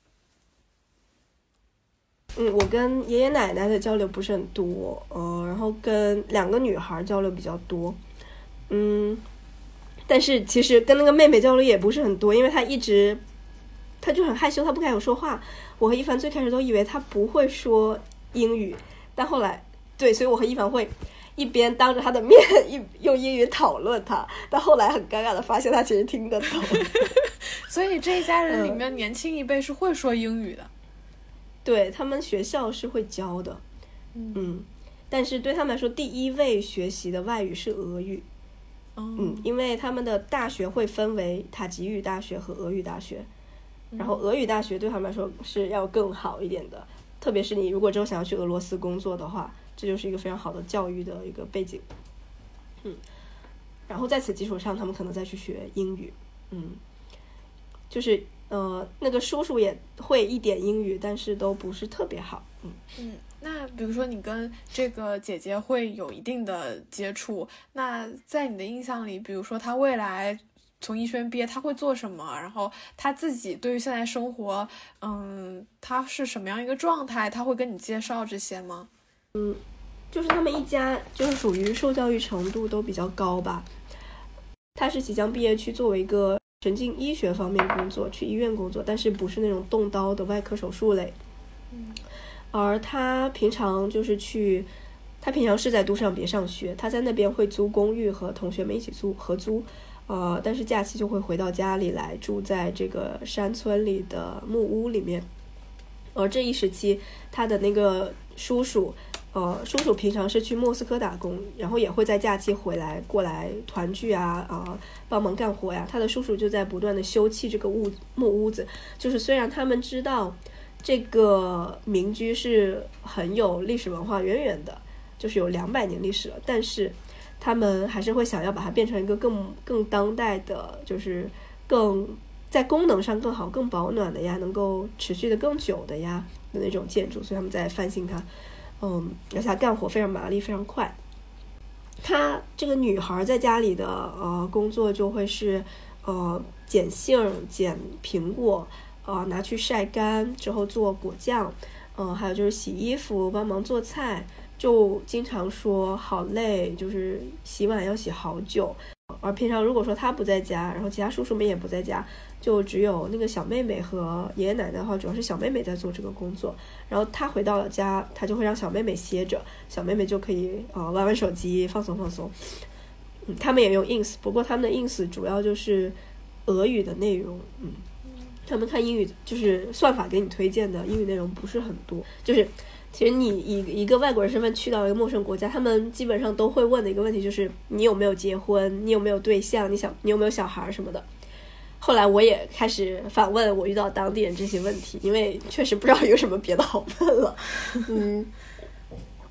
嗯，我跟爷爷奶奶的交流不是很多，呃，然后跟两个女孩交流比较多，嗯，但是其实跟那个妹妹交流也不是很多，因为她一直，她就很害羞，她不敢有说话。我和一凡最开始都以为她不会说英语，但后来，对，所以我和一凡会一边当着她的面一用英语讨论她，但后来很尴尬的发现她其实听得懂。 所以这一家人里面年轻一辈是会说英语的。 对，他们学校是会教的，嗯, 嗯，但是对他们来说，第一位学习的外语是俄语， 哦、 嗯，因为他们的大学会分为塔吉语大学和俄语大学，然后俄语大学对他们来说是要更好一点的，特别是你如果之后想要去俄罗斯工作的话，这就是一个非常好的教育的一个背景，嗯，然后在此基础上，他们可能再去学英语，嗯，就是。呃，那个叔叔也会一点英语，但是都不是特别好。嗯嗯，那比如说你跟这个姐姐会有一定的接触，那在你的印象里，比如说她未来从医学院毕业，她会做什么？然后她自己对于现在生活，嗯，她是什么样一个状态？她会跟你介绍这些吗？ 嗯，就是他们一家就是属于受教育程度都比较高吧。她是即将毕业去作为一个神经医学方面工作，去医院工作，但是不是那种动刀的外科手术类。 嗯， 而他平常就是去，他平常是在都上别上学，他在那边会租公寓和同学们一起租合租，呃，但是假期就会回到家里来，住在这个山村里的木屋里面。而这一时期，他的那个叔叔。呃，叔叔平常是去莫斯科打工，然后也会在假期回来过来团聚啊，啊、呃，帮忙干活呀。他的叔叔就在不断的修葺这个屋木屋子，就是虽然他们知道这个民居是很有历史文化渊源的，就是有两百年历史了，但是他们还是会想要把它变成一个更更当代的，就是更在功能上更好、更保暖的呀，能够持续的更久的呀的那种建筑，所以他们在翻新它。嗯，而且他干活非常麻利，非常快。她这个女孩在家里的呃工作就会是呃捡杏、捡苹果，呃拿去晒干之后做果酱，嗯、呃，还有就是洗衣服、帮忙做菜，就经常说好累，就是洗碗要洗好久。而平常如果说她不在家，然后其他叔叔们也不在家，就只有那个小妹妹和爷爷奶奶的话，主要是小妹妹在做这个工作。然后她回到了家，她就会让小妹妹歇着，小妹妹就可以呃玩玩手机，放松放松。嗯，他们也用 ins， 不过他们的 ins 主要就是俄语的内容。嗯，他们看英语就是算法给你推荐的英语内容不是很多，就是其实你以一个外国人身份去到一个陌生国家，他们基本上都会问的一个问题就是你有没有结婚，你有没有对象，你想你有没有小孩什么的。后来我也开始反问我遇到当地人这些问题，因为确实不知道有什么别的好问了。嗯，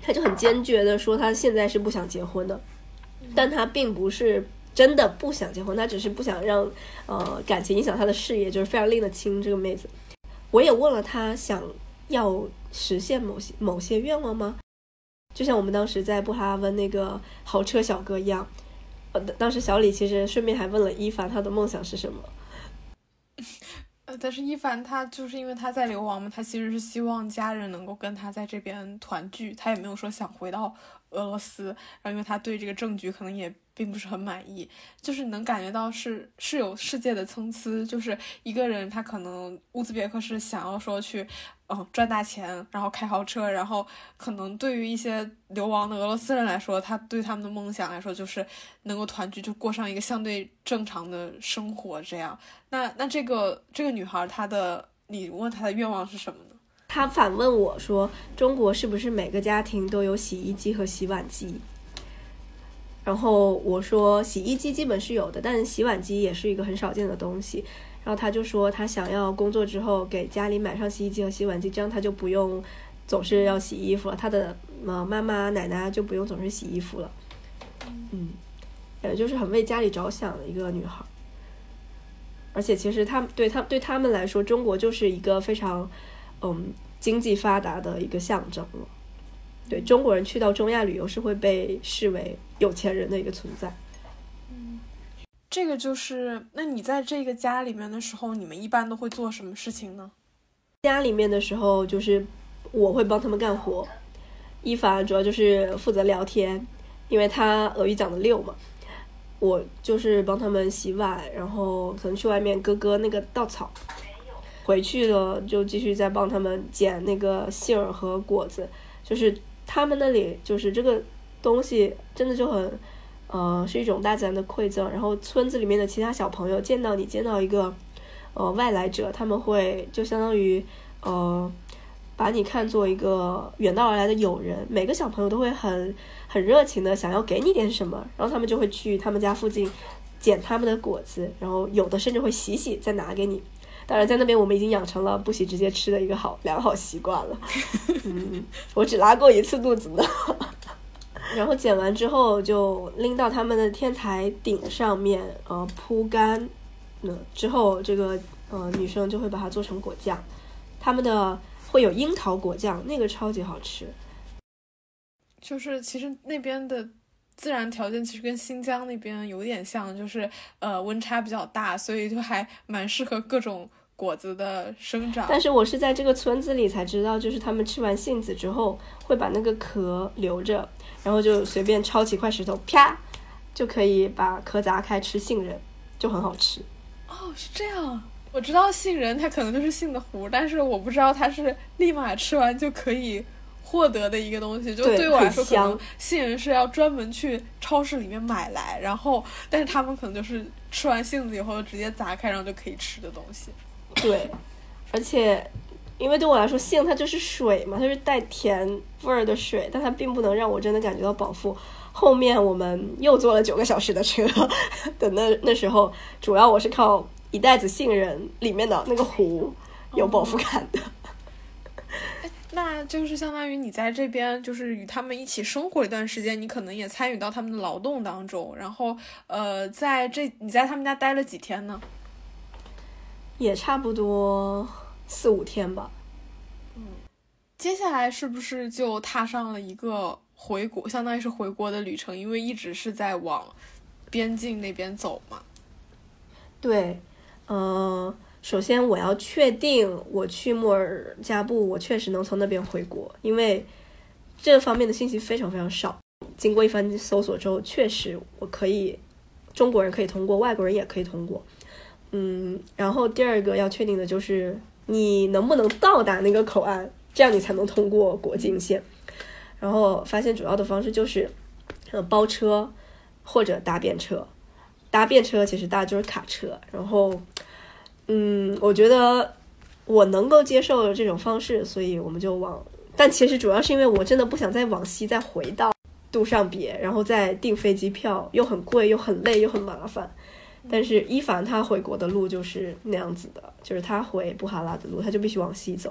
他就很坚决的说他现在是不想结婚的，但他并不是真的不想结婚，他只是不想让呃感情影响他的事业，就是非常拎得清这个妹子。我也问了他想要实现某些某些愿望吗？就像我们当时在布哈问那个豪车小哥一样，呃，当时小李其实顺便还问了伊凡他的梦想是什么。 呃，但是伊凡他就是因为他在流亡嘛，他其实是希望家人能够跟他在这边团聚，他也没有说想回到俄罗斯，然后因为他对这个政局可能也并不是很满意，就是能感觉到是是有世界的参差，就是一个人他可能乌兹别克是想要说去嗯赚大钱，然后开豪车，然后可能对于一些流亡的俄罗斯人来说，他对他们的梦想来说就是能够团聚，就过上一个相对正常的生活这样。那那这个这个女孩她的你问她的愿望是什么呢？ 他反问我说中国是不是每个家庭都有洗衣机和洗碗机？然后我说洗衣机基本是有的，但是洗碗机也是一个很少见的东西。然后他就说他想要工作之后给家里买上洗衣机和洗碗机，这样他就不用总是要洗衣服了，他的妈妈奶奶就不用总是洗衣服了。嗯，感觉就是很为家里着想的一个女孩。而且其实他对他对他们来说，中国就是一个非常嗯经济发达的一个象征了。对，中国人去到中亚旅游是会被视为有钱人的一个存在。 嗯，这个就是那你在这个家里面的时候，你们一般都会做什么事情呢？ 家里面的时候就是我会帮他们干活，伊凡主要就是负责聊天，因为他俄语讲的溜嘛。我就是帮他们洗碗，然后可能去外面割割那个稻草，回去了就继续再帮他们捡那个杏儿和果子。就是他们那里就是这个东西真的就很呃是一种大自然的馈赠，然后村子里面的其他小朋友见到你见到一个呃外来者，他们会就相当于呃把你看作一个远道而来的友人，每个小朋友都会很很热情的想要给你点什么，然后他们就会去他们家附近捡他们的果子，然后有的甚至会洗洗再拿给你。当然在那边我们已经养成了不洗直接吃的一个好良好习惯了。嗯，我只拉过一次肚子呢。然后捡完之后就拎到他们的天台顶上面呃铺干，嗯，之后这个呃女生就会把它做成果酱，他们的会有樱桃果酱，那个超级好吃。 就是其实那边的自然条件其实跟新疆那边有点像，就是呃温差比较大，所以就还蛮适合各种果子的生长。 但是我是在这个村子里才知道，就是他们吃完杏子之后会把那个壳留着，然后就随便抄起块石头啪就可以把壳砸开吃杏仁，就很好吃。 哦，是这样。我知道杏仁它可能就是杏的核，但是我不知道它是立马吃完就可以获得的一个东西。就对我来说，可能杏仁是要专门去超市里面买来，然后但是他们可能就是吃完杏子以后直接砸开然后就可以吃的东西。 对，而且因为对我来说杏它就是水嘛，它是带甜味儿的水，但它并不能让我真的感觉到饱腹。后面我们又坐了九个小时的车的那那时候，主要我是靠一袋子杏仁里面的那个核有饱腹感的。 哦，那就是相当于你在这边就是与他们一起生活一段时间，你可能也参与到他们的劳动当中，然后呃，在这你在他们家待了几天呢？ 也差不多四五天吧。 嗯，接下来是不是就踏上了一个回国，相当于是回国的旅程？因为一直是在往边境那边走嘛。 对，嗯、呃，首先我要确定我去莫尔加布，我确实能从那边回国，因为这方面的信息非常非常少。经过一番搜索之后，确实我可以，中国人可以通过，外国人也可以通过。嗯，然后第二个要确定的就是你能不能到达那个口岸，这样你才能通过国境线。然后发现主要的方式就是呃包车或者搭便车。搭便车其实大就是卡车，然后嗯我觉得我能够接受这种方式，所以我们就往，但其实主要是因为我真的不想再往西再回到杜尚别，然后再订飞机票又很贵又很累又很麻烦。但是伊凡他回国的路就是那样子的，就是他回布哈拉的路他就必须往西走，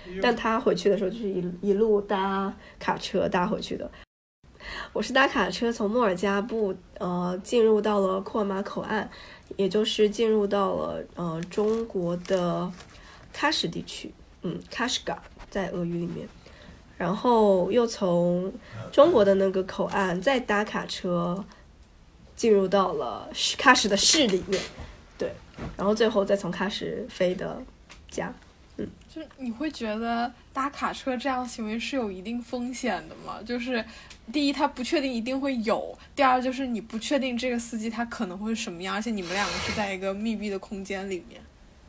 但他回去的时候就是一一路搭卡车搭回去的。我是搭卡车从莫尔加布呃进入到了库尔马口岸，也就是进入到了呃中国的喀什地区，嗯，喀什噶在俄语里面，然后又从中国的那个口岸再搭卡车进入到了喀什的市里面，对，然后最后再从喀什飞的家。嗯， 就你会觉得搭卡车这样行为是有一定风险的吗？就是第一，他不确定一定会有；第二，就是你不确定这个司机他可能会什么样，而且你们两个是在一个密闭的空间里面。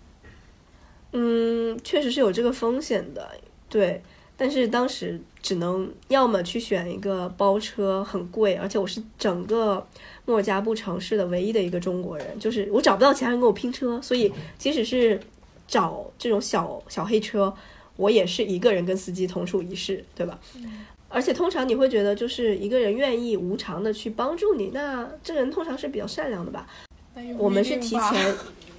嗯，确实是有这个风险的，对。但是当时只能要么去选一个包车，很贵，而且我是整个莫尔加布城市的唯一的一个中国人，就是我找不到其他人跟我拼车，所以即使是找这种小小黑车，我也是一个人跟司机同处一室，对吧？ 嗯， 而且通常你会觉得就是一个人愿意无偿的去帮助你，那这个人通常是比较善良的吧。我们是提前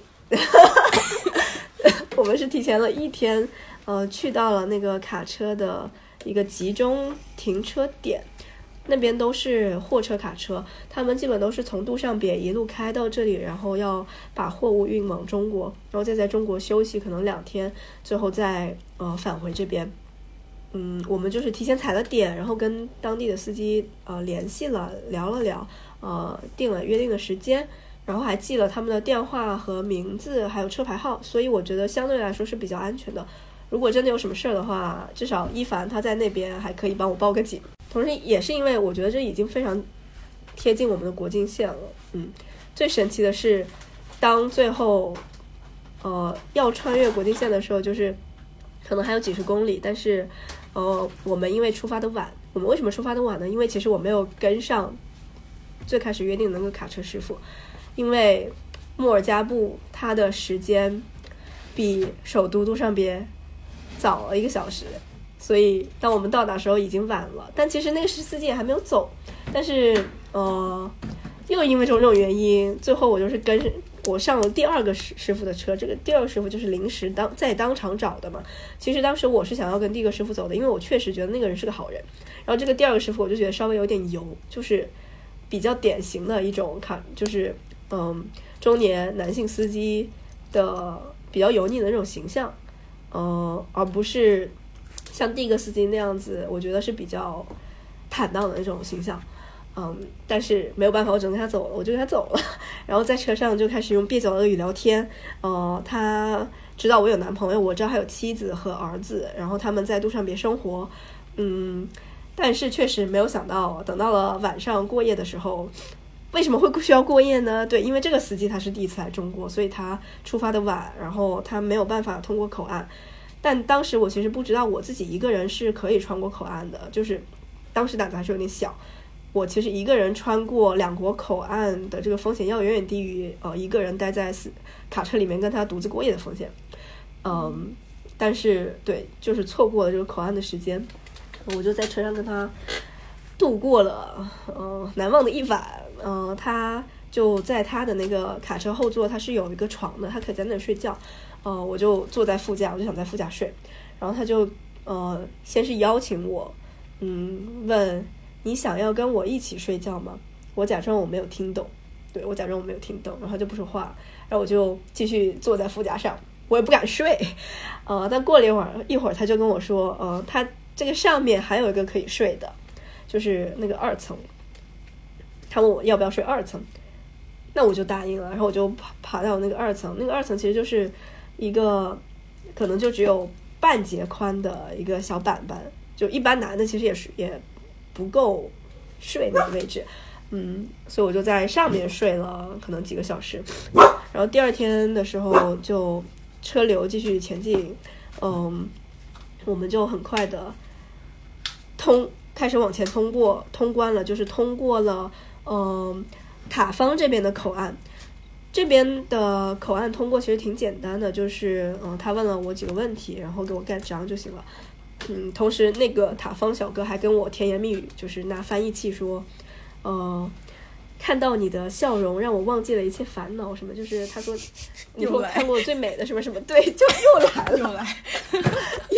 我们是提前了一天呃，去到了那个卡车的一个集中停车点，那边都是货车卡车，他们基本都是从杜尚别一路开到这里，然后要把货物运往中国，然后再在中国休息可能两天，最后再呃返回这边。嗯，我们就是提前踩了点，然后跟当地的司机呃联系了，聊了聊，呃定了约定的时间，然后还记了他们的电话和名字还有车牌号，所以我觉得相对来说是比较安全的。如果真的有什么事儿的话，至少一凡他在那边还可以帮我报个警。同时也是因为我觉得这已经非常贴近我们的国境线了。嗯，最神奇的是当最后呃要穿越国境线的时候，就是可能还有几十公里，但是呃我们因为出发的晚，我们为什么出发的晚呢？因为其实我没有跟上最开始约定的那个卡车师傅，因为莫尔加布它的时间比首都杜尚别早了一个小时，所以当我们到达的时候已经晚了。但其实那个司机也还没有走，但是呃，又因为种种原因，最后我就是跟我上了第二个师傅的车。这个第二个师傅就是临时当在当场找的嘛。其实当时我是想要跟第一个师傅走的，因为我确实觉得那个人是个好人。然后这个第二个师傅我就觉得稍微有点油，就是比较典型的一种看，就是嗯中年男性司机的比较油腻的那种形象。呃，而不是像第一个司机那样子，我觉得是比较坦荡的那种形象。嗯，但是没有办法，我只能跟他走了，我就跟他走了。然后在车上就开始用蹩脚的俄语聊天。呃，他知道我有男朋友，我知道还有妻子和儿子，然后他们在杜尚别生活。嗯，但是确实没有想到，等到了晚上过夜的时候，为什么会需要过夜呢？对，因为这个司机他是第一次来中国，所以他出发的晚，然后他没有办法通过口岸。但当时我其实不知道我自己一个人是可以穿过口岸的，就是当时胆子还是有点小。我其实一个人穿过两国口岸的这个风险要远远低于呃一个人待在卡车里面跟他独自过夜的风险。嗯，但是对，就是错过了这个口岸的时间，我就在车上跟他度过了呃难忘的一晚。呃，他就在他的那个卡车后座，他是有一个床的，他可以在那里睡觉。呃，我就坐在副驾，我就想在副驾睡。然后他就呃，先是邀请我，嗯，问你想要跟我一起睡觉吗？我假装我没有听懂，对我假装我没有听懂，然后他就不说话，然后我就继续坐在副驾上，我也不敢睡。呃，但过了一会儿，一会儿他就跟我说，呃，他这个上面还有一个可以睡的，就是那个二层。他问我要不要睡二层，那我就答应了，然后我就爬爬到那个二层。那个二层其实就是一个可能就只有半截宽的一个小板板，就一般男的其实也是也不够睡那个位置。嗯，所以我就在上面睡了可能几个小时。然后第二天的时候就车流继续前进，嗯，我们就很快的通开始往前通过通关了，就是通过了嗯塔方这边的口岸。这边的口岸通过其实挺简单的，就是嗯他问了我几个问题，然后给我盖章就行了。嗯，同时那个塔方小哥还跟我甜言蜜语，就是拿翻译器说呃看到你的笑容让我忘记了一切烦恼什么，就是他说你说看过最美的什么什么，对，就又来了又来又来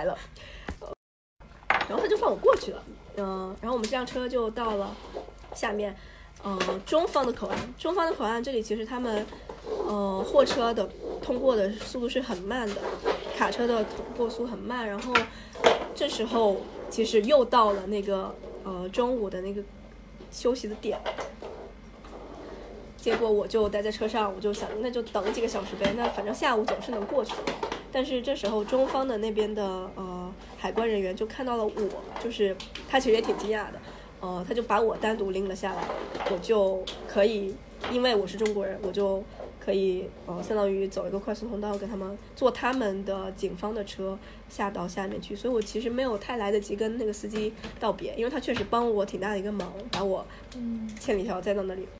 了，呃、然后他就放我过去了，嗯、呃，然后我们这辆车就到了下面，呃，中方的口岸。中方的口岸这里其实他们，呃，货车的通过的速度是很慢的，卡车的通过速很慢。然后这时候其实又到了那个呃中午的那个休息的点。结果我就待在车上，我就想那就等几个小时呗，那反正下午总是能过去的。但是这时候中方的那边的呃海关人员就看到了我，就是他其实也挺惊讶的，呃他就把我单独拎了下来，我就可以因为我是中国人，我就可以呃相当于走一个快速通道，跟他们坐他们的警方的车下到下面去。所以我其实没有太来得及跟那个司机道别，因为他确实帮了我挺大的一个忙，把我千里迢载到那里。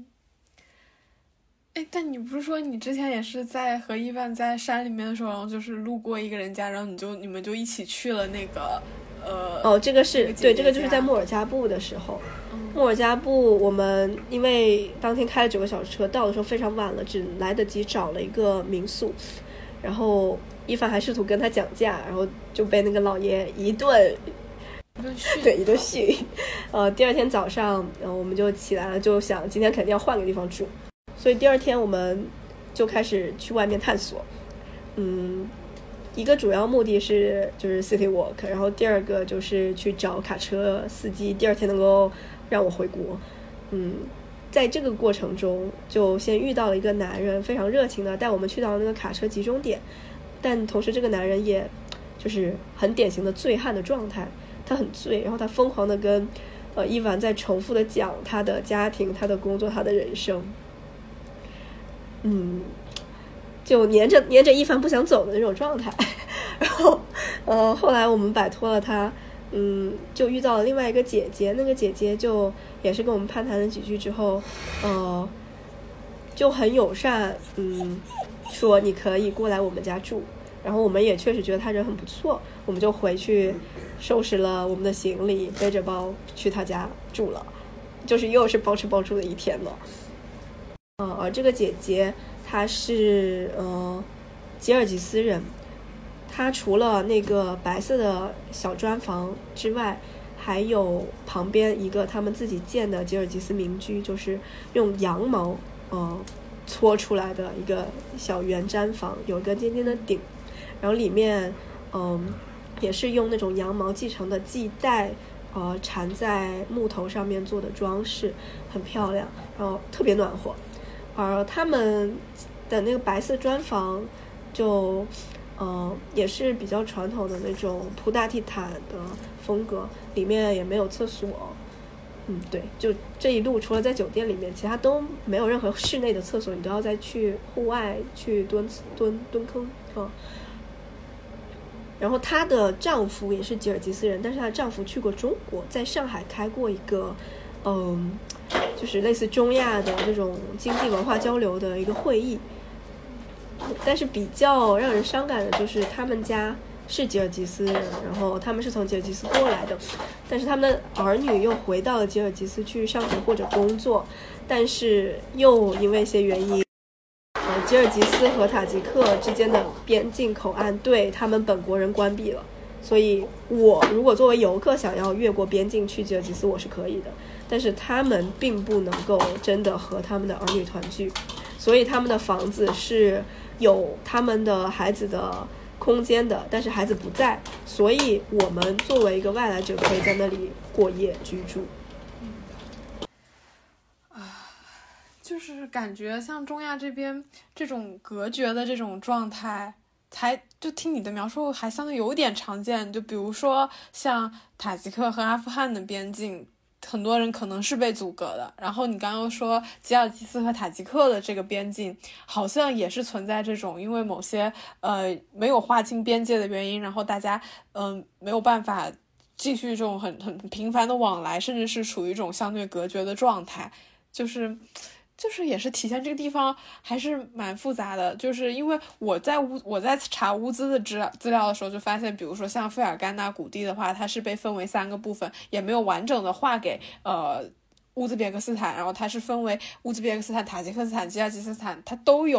哎，但你不是说你之前也是在和伊万在山里面的时候，就是路过一个人家，然后你就你们就一起去了那个呃哦，这个是、 那个、 对，这个就是在莫尔加布的时候。嗯、莫尔加布我们因为当天开了九个小时车，到的时候非常晚了，只来得及找了一个民宿，然后伊凡还试图跟他讲价，然后就被那个老爷一顿一顿训， 对，一顿训。呃，第二天早上，呃，我们就起来了，就想今天肯定要换个地方住。所以第二天我们就开始去外面探索，嗯，一个主要目的是就是 city walk， 然后第二个就是去找卡车司机，第二天能够让我回国。嗯，在这个过程中就先遇到了一个男人，非常热情的带我们去到那个卡车集中点，但同时这个男人也就是很典型的醉汉的状态，他很醉，然后他疯狂的跟呃伊凡在重复的讲他的家庭、他的工作、他的人生。嗯，就黏着黏着伊凡不想走的那种状态。然后呃后来我们摆脱了他，嗯，就遇到了另外一个姐姐，那个姐姐就也是跟我们攀谈了几句之后，呃就很友善，嗯，说你可以过来我们家住。然后我们也确实觉得他人很不错，我们就回去收拾了我们的行李，背着包去他家住了，就是又是包吃包住的一天了。呃，而这个姐姐她是呃吉尔吉斯人，她除了那个白色的小砖房之外，还有旁边一个他们自己建的吉尔吉斯民居，就是用羊毛呃搓出来的一个小圆毡房，有一个尖尖的顶，然后里面嗯、呃、也是用那种羊毛继承的系带呃缠在木头上面做的装饰，很漂亮，然后特别暖和。而他们的那个白色砖房就呃也是比较传统的那种铺大地毯的风格，里面也没有厕所。嗯，对，就这一路除了在酒店里面，其他都没有任何室内的厕所，你都要再去户外去蹲蹲蹲坑啊。然后她的丈夫也是吉尔吉斯人，但是她的丈夫去过中国，在上海开过一个嗯就是类似中亚的这种经济文化交流的一个会议。但是比较让人伤感的就是他们家是吉尔吉斯人，然后他们是从吉尔吉斯过来的，但是他们的儿女又回到了吉尔吉斯去上学或者工作，但是又因为一些原因，呃，吉尔吉斯和塔吉克之间的边境口岸对他们本国人关闭了，所以我如果作为游客想要越过边境去吉尔吉斯，我是可以的，但是他们并不能够真的和他们的儿女团聚，所以他们的房子是有他们的孩子的空间的，但是孩子不在，所以我们作为一个外来者可以在那里过夜居住。 啊，就是感觉像中亚这边这种隔绝的这种状态，还就听你的描述还相对有点常见。就比如说像塔吉克和阿富汗的边境，很多人可能是被阻隔的，然后你刚刚说吉尔吉斯和塔吉克的这个边境好像也是存在这种因为某些呃没有划清边界的原因，然后大家嗯、呃、没有办法继续这种很很频繁的往来，甚至是处于一种相对隔绝的状态，就是就是也是体现这个地方还是蛮复杂的。就是因为我在乌我在查乌兹的资资料的时候就发现，比如说像费尔干纳谷地的话，它是被分为三个部分，也没有完整的划给呃乌兹别克斯坦，然后它是分为乌兹别克斯坦、塔吉克斯坦、吉尔吉斯坦，它都有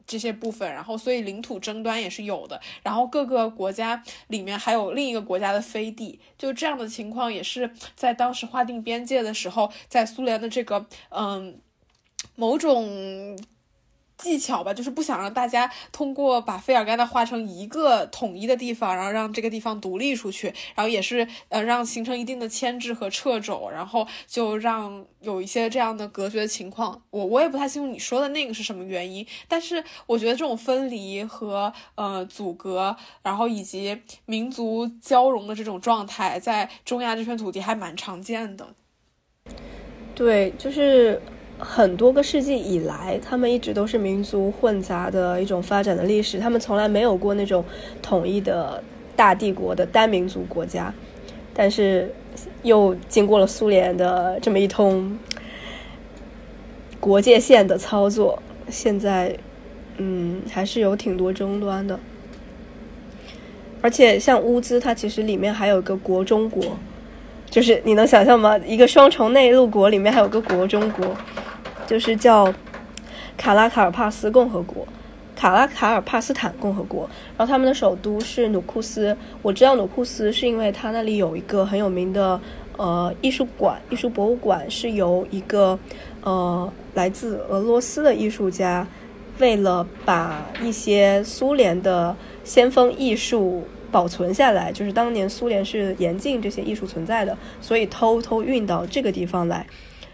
这些部分，然后所以领土争端也是有的，然后各个国家里面还有另一个国家的飞地，就这样的情况也是在当时划定边界的时候，在苏联的这个嗯某种技巧吧，就是不想让大家通过把费尔干纳划成一个统一的地方，然后让这个地方独立出去，然后也是呃让形成一定的牵制和掣肘，然后就让有一些这样的隔绝的情况。我我也不太清楚你说的那个是什么原因，但是我觉得这种分离和呃阻隔，然后以及民族交融的这种状态，在中亚这片土地还蛮常见的。 对，就是很多个世纪以来，他们一直都是民族混杂的一种发展的历史，他们从来没有过那种统一的大帝国的单民族国家，但是又经过了苏联的这么一通国界线的操作，现在嗯还是有挺多争端的。而且像乌兹，它其实里面还有一个国中国，就是你能想象吗？一个双重内陆国里面还有个国中国，就是叫卡拉卡尔帕斯共和国，卡拉卡尔帕斯坦共和国。然后他们的首都是努库斯。我知道努库斯是因为它那里有一个很有名的呃艺术馆，艺术博物馆是由一个呃来自俄罗斯的艺术家，为了把一些苏联的先锋艺术保存下来，就是当年苏联是严禁这些艺术存在的，所以偷偷运到这个地方来。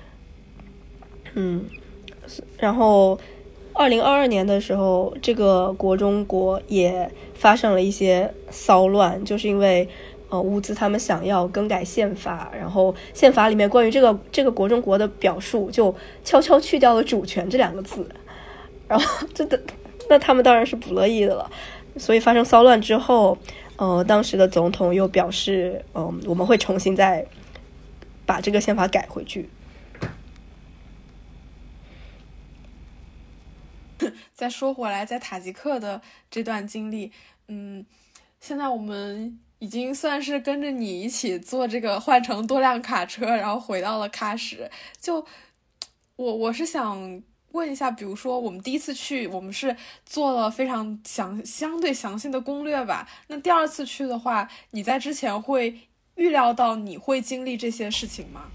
嗯，然后二零二二年的时候，这个国中国也发生了一些骚乱，就是因为呃乌兹他们想要更改宪法，然后宪法里面关于这个这个国中国的表述就悄悄去掉了主权这两个字，然后这的那他们当然是不乐意的了。所以发生骚乱之后，呃，当时的总统又表示，嗯、呃，我们会重新再把这个宪法改回去。 再说回来，在塔吉克的这段经历，嗯，现在我们已经算是跟着你一起坐这个换乘多辆卡车，然后回到了喀什。就我我是想问一下，比如说我们第一次去，我们是做了非常详相对详细的攻略吧？那第二次去的话，你在之前会预料到你会经历这些事情吗？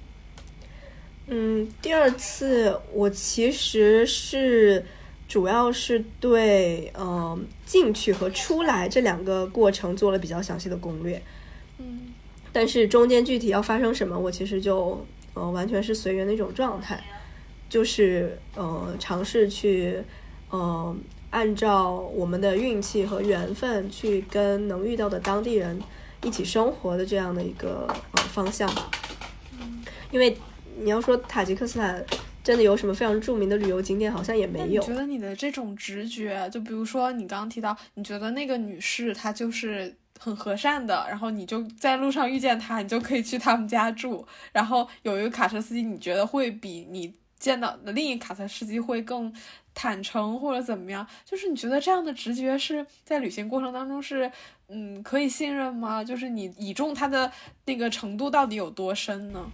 嗯，第二次我其实是主要是对嗯、呃、进去和出来这两个过程做了比较详细的攻略。 嗯， 但是中间具体要发生什么，我其实就呃完全是随缘的一种状态。就是呃尝试去呃按照我们的运气和缘分去跟能遇到的当地人一起生活的这样的一个呃方向吧。因为你要说塔吉克斯坦真的有什么非常著名的旅游景点，好像也没有。 你觉得你的这种直觉，就比如说你刚刚提到，你觉得那个女士她就是很和善的，然后你就在路上遇见她，你就可以去他们家住。然后有一个卡车司机，你觉得会比你见到的另一卡车司机会更坦诚或者怎么样？就是你觉得这样的直觉是在旅行过程当中是嗯可以信任吗？就是你倚重他的那个程度到底有多深呢？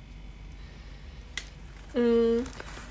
嗯，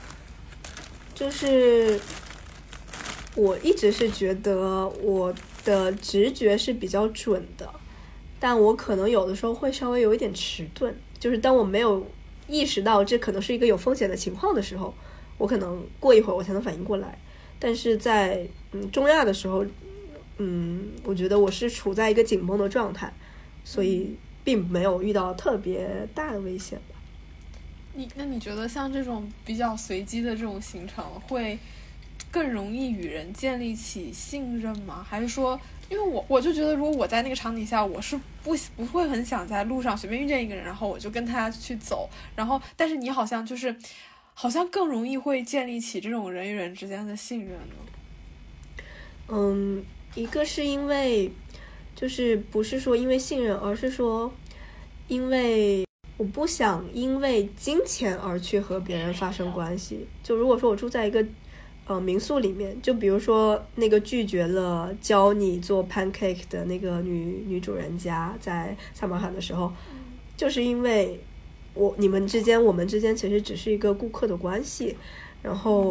就是我一直是觉得我的直觉是比较准的，但我可能有的时候会稍微有一点迟钝，就是当我没有意识到这可能是一个有风险的情况的时候，我可能过一会儿我才能反应过来。但是在嗯中亚的时候，嗯，我觉得我是处在一个紧绷的状态，所以并没有遇到特别大的危险吧。 你那你觉得像这种比较随机的这种行程会更容易与人建立起信任吗？还是说，因为我我就觉得如果我在那个场景下，我是不不会很想在路上随便遇见一个人，然后我就跟他去走，然后但是你好像就是好像更容易会建立起这种人与人之间的信任呢？ 嗯，一个是因为就是不是说因为信任，而是说因为我不想因为金钱而去和别人发生关系。就如果说我住在一个呃民宿里面，就比如说那个拒绝了教你做 pancake 的那个女女主人家在萨马罕的时候，就是因为我你们之间我们之间其实只是一个顾客的关系，然后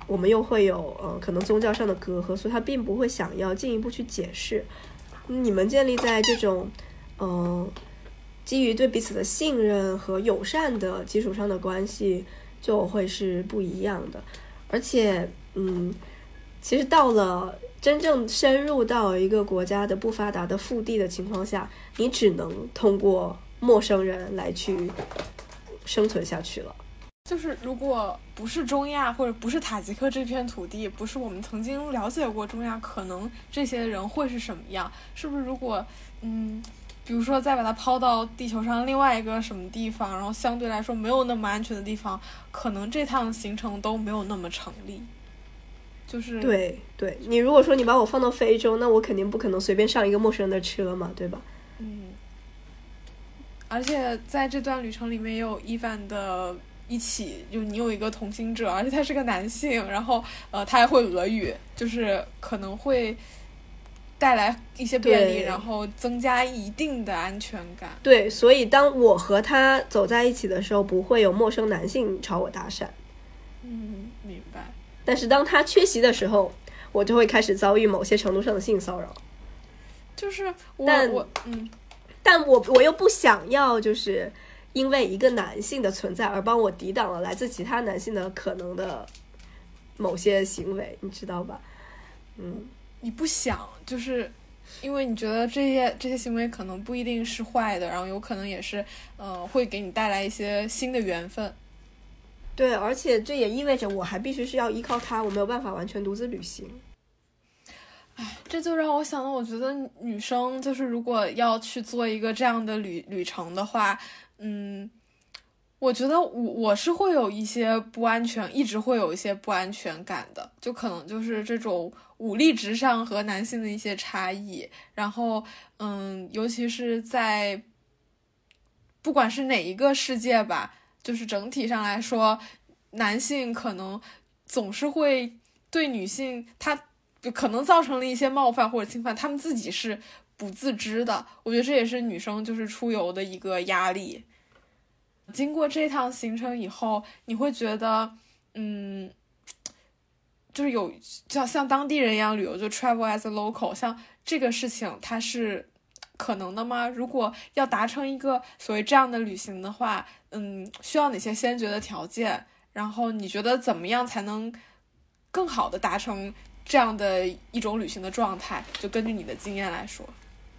我们又会有呃可能宗教上的隔阂，所以他并不会想要进一步去解释。你们建立在这种嗯、呃、基于对彼此的信任和友善的基础上的关系就会是不一样的。而且嗯其实到了真正深入到一个国家的不发达的腹地的情况下，你只能通过陌生人来去生存下去了。 就是如果不是中亚或者不是塔吉克这片土地，不是我们曾经了解过中亚，可能这些人会是什么样？是不是如果嗯比如说再把它抛到地球上另外一个什么地方，然后相对来说没有那么安全的地方，可能这趟行程都没有那么成立。就是对对，你如果说你把我放到非洲，那我肯定不可能随便上一个陌生人的车嘛，对吧？ 嗯，而且在这段旅程里面也有伊凡的一起，就你有一个同行者，而且他是个男性，然后呃他还会俄语，就是可能会带来一些便利，然后增加一定的安全感。 对，所以当我和他走在一起的时候，不会有陌生男性朝我搭讪。 嗯，明白。 但是当他缺席的时候，我就会开始遭遇某些程度上的性骚扰。 就是我但我嗯， 但我我又不想要，就是因为一个男性的存在而帮我抵挡了来自其他男性的可能的某些行为，你知道吧？嗯， 你不想，就是因为你觉得这些这些行为可能不一定是坏的，然后有可能也是呃会给你带来一些新的缘分。 对，而且这也意味着我还必须是要依靠他，我没有办法完全独自旅行。 哎，这就让我想到，我觉得女生就是如果要去做一个这样的旅旅程的话，嗯，我觉得我我是会有一些不安全，一直会有一些不安全感的，就可能就是这种武力值上和男性的一些差异，然后嗯，尤其是在不管是哪一个世界吧，就是整体上来说，男性可能总是会对女性他就可能造成了一些冒犯或者侵犯，他们自己是不自知的。我觉得这也是女生就是出游的一个压力。经过这趟行程以后，你会觉得嗯就是有像像当地人一样旅游，就 travel as a local， 像这个事情它是可能的吗？如果要达成一个所谓这样的旅行的话，嗯，需要哪些先决的条件？然后你觉得怎么样才能更好的达成这样的一种旅行的状态？就根据你的经验来说。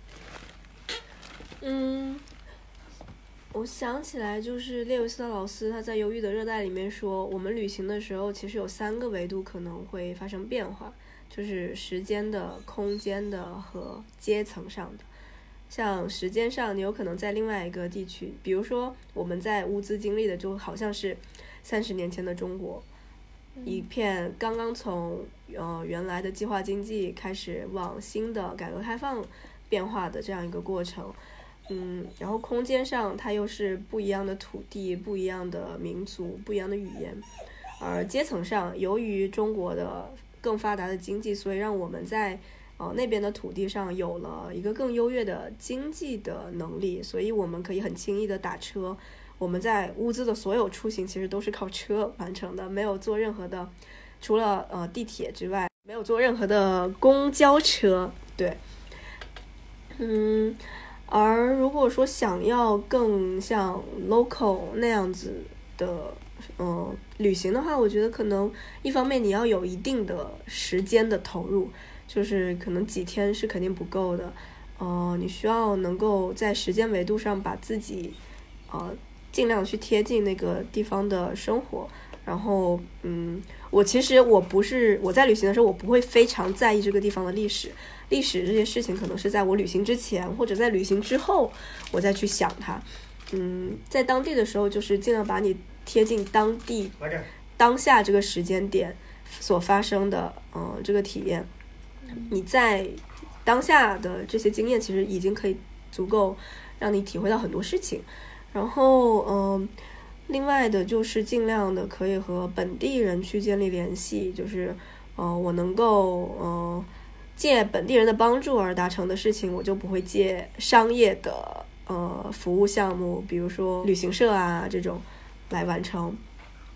嗯，我想起来，就是列维斯特劳斯他在《忧郁的热带》里面说，我们旅行的时候其实有三个维度可能会发生变化，就是时间的、空间的和阶层上的。像时间上，你有可能在另外一个地区，比如说我们在乌兹经历的就好像是三十年前的中国，一片刚刚从呃原来的计划经济开始往新的改革开放变化的这样一个过程。嗯，然后空间上它又是不一样的土地、不一样的民族、不一样的语言。而阶层上，由于中国的更发达的经济，所以让我们在呃那边的土地上有了一个更优越的经济的能力，所以我们可以很轻易的打车。我们在乌兹的所有出行其实都是靠车完成的，没有坐任何的，除了呃地铁之外，没有坐任何的公交车。对，嗯。而如果说想要更像 local 那样子的呃旅行的话，我觉得可能一方面你要有一定的时间的投入，就是可能几天是肯定不够的，呃，你需要能够在时间维度上把自己呃尽量去贴近那个地方的生活。然后嗯，我其实我不是我在旅行的时候，我不会非常在意这个地方的历史。历史这些事情可能是在我旅行之前或者在旅行之后我再去想它。嗯，在当地的时候就是尽量把你贴近当地当下这个时间点所发生的呃这个体验，你在当下的这些经验其实已经可以足够让你体会到很多事情。然后嗯、呃，另外的就是尽量的可以和本地人去建立联系，就是呃我能够呃借本地人的帮助而达成的事情，我就不会借商业的呃服务项目，比如说旅行社啊这种来完成。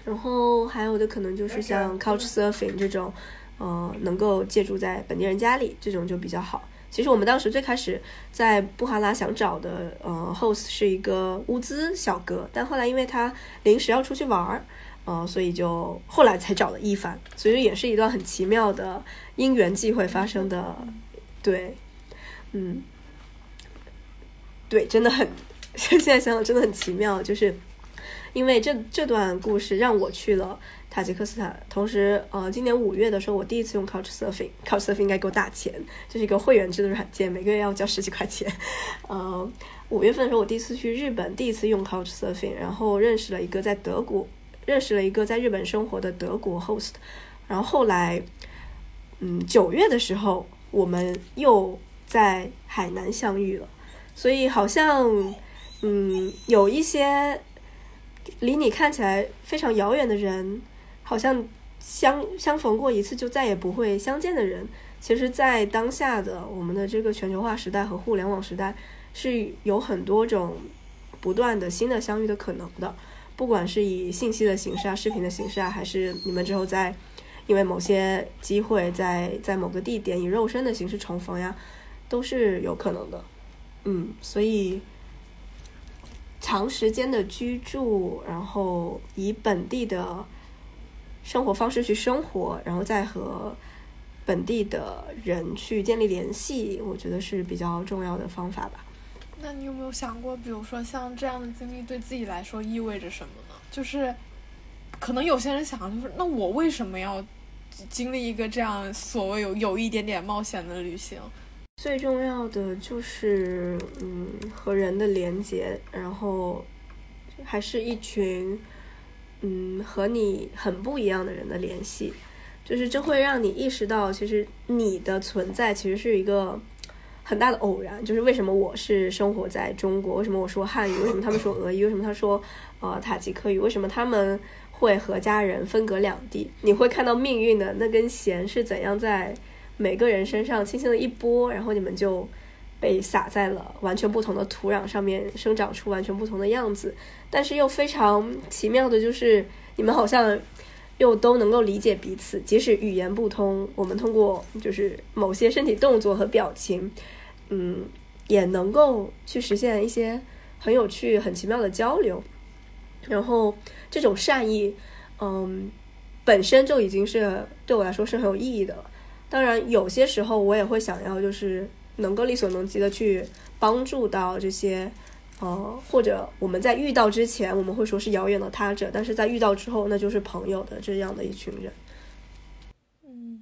然后还有的可能就是像 Couchsurfing 这种，呃，能够借住在本地人家里，这种就比较好。其实我们当时最开始在布哈拉想找的呃 host 是一个乌兹小哥，但后来因为他临时要出去玩，呃，所以就后来才找了一凡，所以也是一段很奇妙的因缘际会发生的。对，嗯，对，真的很，现在想想真的很奇妙，就是因为这这段故事让我去了塔吉克斯坦，同时呃，今年五月的时候，我第一次用 Couchsurfing，Couchsurfing 应该给我打钱，这是一个会员制的软件，每个月要交十几块钱。呃，五月份的时候，我第一次去日本，第一次用 Couchsurfing， 然后认识了一个在德国，认识了一个在日本生活的德国 host， 然后后来，嗯，九月的时候，我们又在海南相遇了，所以好像，嗯，有一些离你看起来非常遥远的人，好像相相逢过一次就再也不会相见的人，其实在当下的我们的这个全球化时代和互联网时代，是有很多种不断的新的相遇的可能的，不管是以信息的形式啊、视频的形式啊，还是你们之后在因为某些机会在在某个地点以肉身的形式重逢呀，都是有可能的。嗯，所以长时间的居住，然后以本地的生活方式去生活，然后再和本地的人去建立联系，我觉得是比较重要的方法吧。 那你有没有想过，比如说像这样的经历对自己来说意味着什么呢？就是可能有些人想就是那我为什么要经历一个这样所谓有有一点点冒险的旅行？ 最重要的就是嗯和人的连接，然后还是一群嗯和你很不一样的人的联系，就是这会让你意识到其实你的存在其实是一个很大的偶然，就是为什么我是生活在中国，为什么我说汉语，为什么他们说俄语，为什么他说呃塔吉克语，为什么他们会和家人分隔两地，你会看到命运的那根弦是怎样在每个人身上轻轻的一拨，然后你们就被撒在了完全不同的土壤上面，生长出完全不同的样子。但是又非常奇妙的就是你们好像又都能够理解彼此，即使语言不通，我们通过就是某些身体动作和表情嗯，也能够去实现一些很有趣很奇妙的交流。然后这种善意嗯，本身就已经是对我来说是很有意义的了。当然有些时候我也会想要就是能够力所能及的去帮助到这些呃，或者我们在遇到之前我们会说是遥远的他者，但是在遇到之后那就是朋友的这样的一群人。 嗯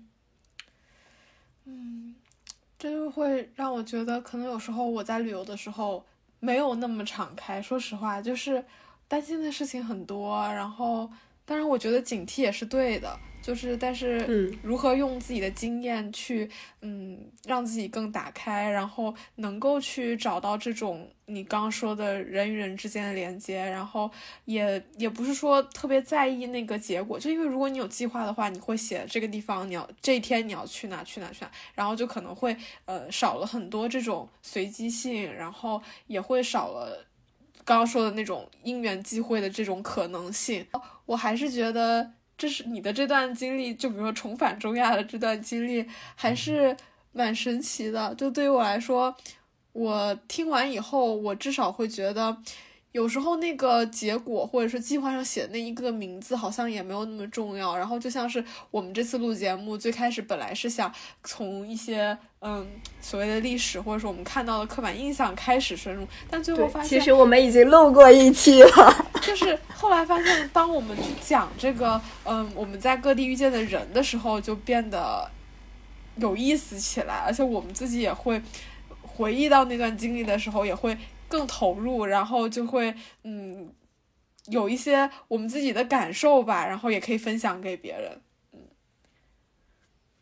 嗯，这就会让我觉得可能有时候我在旅游的时候没有那么敞开，说实话就是担心的事情很多，然后当然我觉得警惕也是对的，就是但是如何用自己的经验去嗯让自己更打开，然后能够去找到这种你刚刚说的人与人之间的连接，然后也也不是说特别在意那个结果，就因为如果你有计划的话，你会写这个地方你要这一天你要去哪去哪去哪，然后就可能会呃少了很多这种随机性，然后也会少了刚刚说的那种因缘际会的这种可能性。我还是觉得这是你的这段经历，就比如说重返中亚的这段经历还是蛮神奇的。就对于我来说，我听完以后我至少会觉得有时候那个结果或者是计划上写的那一个名字好像也没有那么重要，然后就像是我们这次录节目最开始本来是想从一些嗯所谓的历史或者说我们看到的刻板印象开始深入，但最后发现其实我们已经录过一期了， 就是后来发现当我们去讲这个嗯我们在各地遇见的人的时候就变得有意思起来，而且我们自己也会回忆到那段经历的时候也会更投入，然后就会嗯有一些我们自己的感受吧，然后也可以分享给别人。嗯，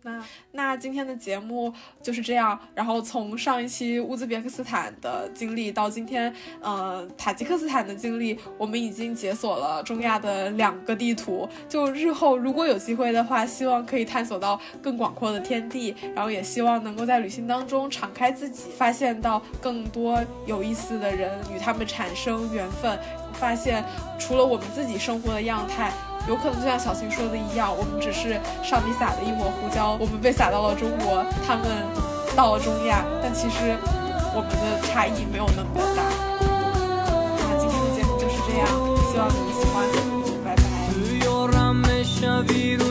那那今天的节目就是这样，然后从上一期乌兹别克斯坦的经历到今天呃塔吉克斯坦的经历，我们已经解锁了中亚的两个地图，就日后如果有机会的话，希望可以探索到更广阔的天地，然后也希望能够在旅行当中敞开自己，发现到更多有意思的人，与他们产生缘分，发现除了我们自己生活的样态，有可能就像小青说的一样，我们只是上帝撒的一抹胡椒，我们被撒到了中国，他们到了中亚，但其实我们的差异没有那么的大。那今天的节目就是这样，希望你们喜欢，拜拜。